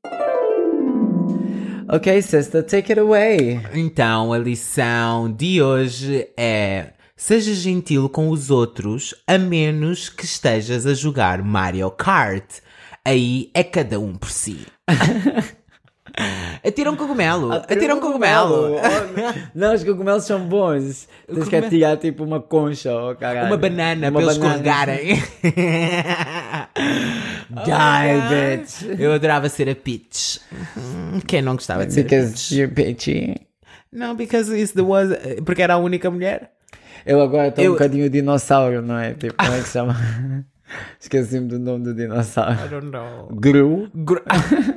Ok, sister, take it away. Então, a lição de hoje é: seja gentil com os outros, a menos que estejas a jogar Mario Kart. Aí é cada um por si. Atira um cogumelo. Atira um cogumelo. Não, os cogumelos são bons. Tens que atirar tipo uma concha, oh, caralho. Uma banana Uma para eles banana. escorregarem. Die, bitch. Eu adorava ser a Peach. Quem não gostava de ser a Because Peach? you're bitchy. Não, because it's the was... Porque era a única mulher. Eu agora estou Eu- um bocadinho dinossauro, não é? Tipo, como é que se chama? Esqueci-me do nome do dinossauro. I don't know. Gru? Gr-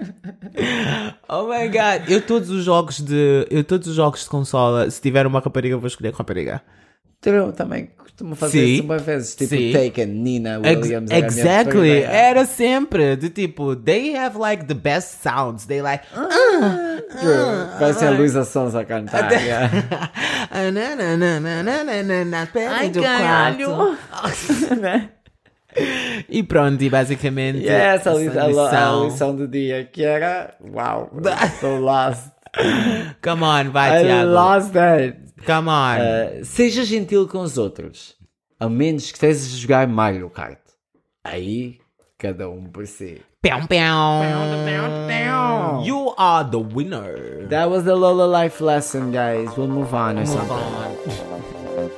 Oh my god, eu todos os jogos de eu todos os jogos de consola, se tiver uma rapariga eu vou escolher rapariga. True, também costumo fazer Sim. isso uma vez. Tipo, Sim. Taken, Nina Ex- Williams. era a minha exactly, preferida. era sempre de tipo, they have like the best sounds, they like True. Vai ser a Luísa Sonza a cantar. yeah. Ah, na, na, na, na, na, na, na, na, pele Ai, do caralho. quarto. Né? E pronto, e basicamente E essa li- essa a, li- a lição. lição do dia que era. Uau, so lost. Come on, vai I Tiago. lost that. Come on. Uh, seja gentil com os outros, a menos que estejas a jogar Mario Kart. Aí, cada um por si. Pew, pew. You are the winner. That was the Lola life lesson, guys. We'll move on or Move something. on.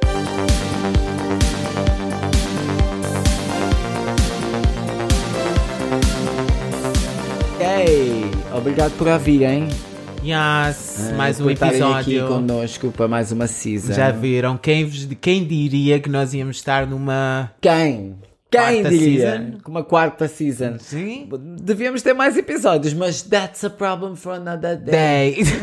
Ok, obrigado por ouvirem. Yes, Uh, mais um por estarem episódio. aqui conosco para mais uma season. Já viram? Quem, vos- quem diria que nós íamos estar numa... Quem? Quem Quarta diria? season? Com uma quarta season. Sim? Devíamos ter mais episódios, mas that's a problem for another day. Day.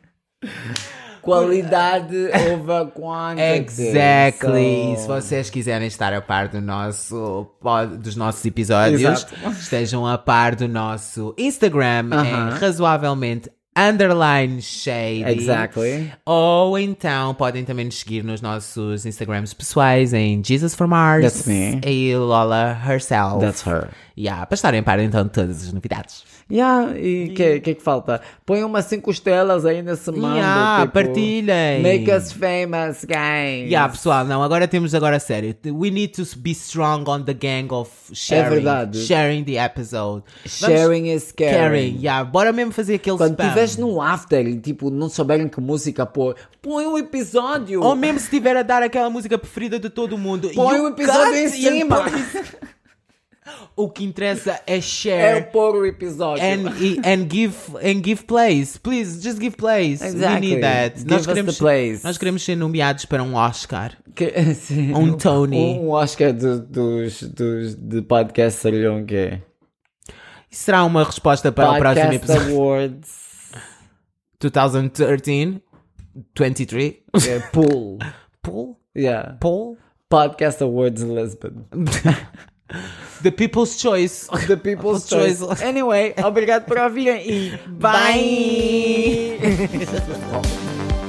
Qualidade over quantity. Exactly. So- Se vocês quiserem estar a par do nosso, pod- dos nossos episódios, Exato. estejam a par do nosso Instagram Uh-huh. em razoavelmente underline shady. Exactly. Ou então podem também nos seguir nos nossos Instagrams pessoais em Jesus for Mars That's me. e Lola herself. That's her. Yeah, para estarem a par então de todas as novidades. Yeah, e o que, que que falta? Põe umas cinco estrelas aí nesse mando. Yeah, tipo, partilhem. Make us famous, guys. Yeah, pessoal, não, agora temos agora a sério. We need to be strong on the gang of sharing. É verdade. Sharing the episode. Sharing is caring. Caring, yeah. Bora mesmo fazer aquele Quando spam. estiveres num after e tipo, não souberem que música pôr, põe um episódio. Ou mesmo se estiver a dar aquela música preferida de todo mundo. Põe you um episódio cut em and cima. put- O que interessa é É share. pôr o episódio. And, e- and give and give plays, please, just give plays. Exactly. We need that. Give nós us queremos, the plays. nós queremos ser nomeados para um Oscar. Que- sim. Um Tony. Um Oscar do- dos, dos de podcast seriam o quê? Isso será uma resposta para o próximo Podcast episódio. Awards. twenty thirteen, twenty-three. É, pool. Paul? Yeah. Paul? Podcast Awards Lisbon. The People's Choice. The People's Choice. Anyway, obrigado por ouvirem e Bye.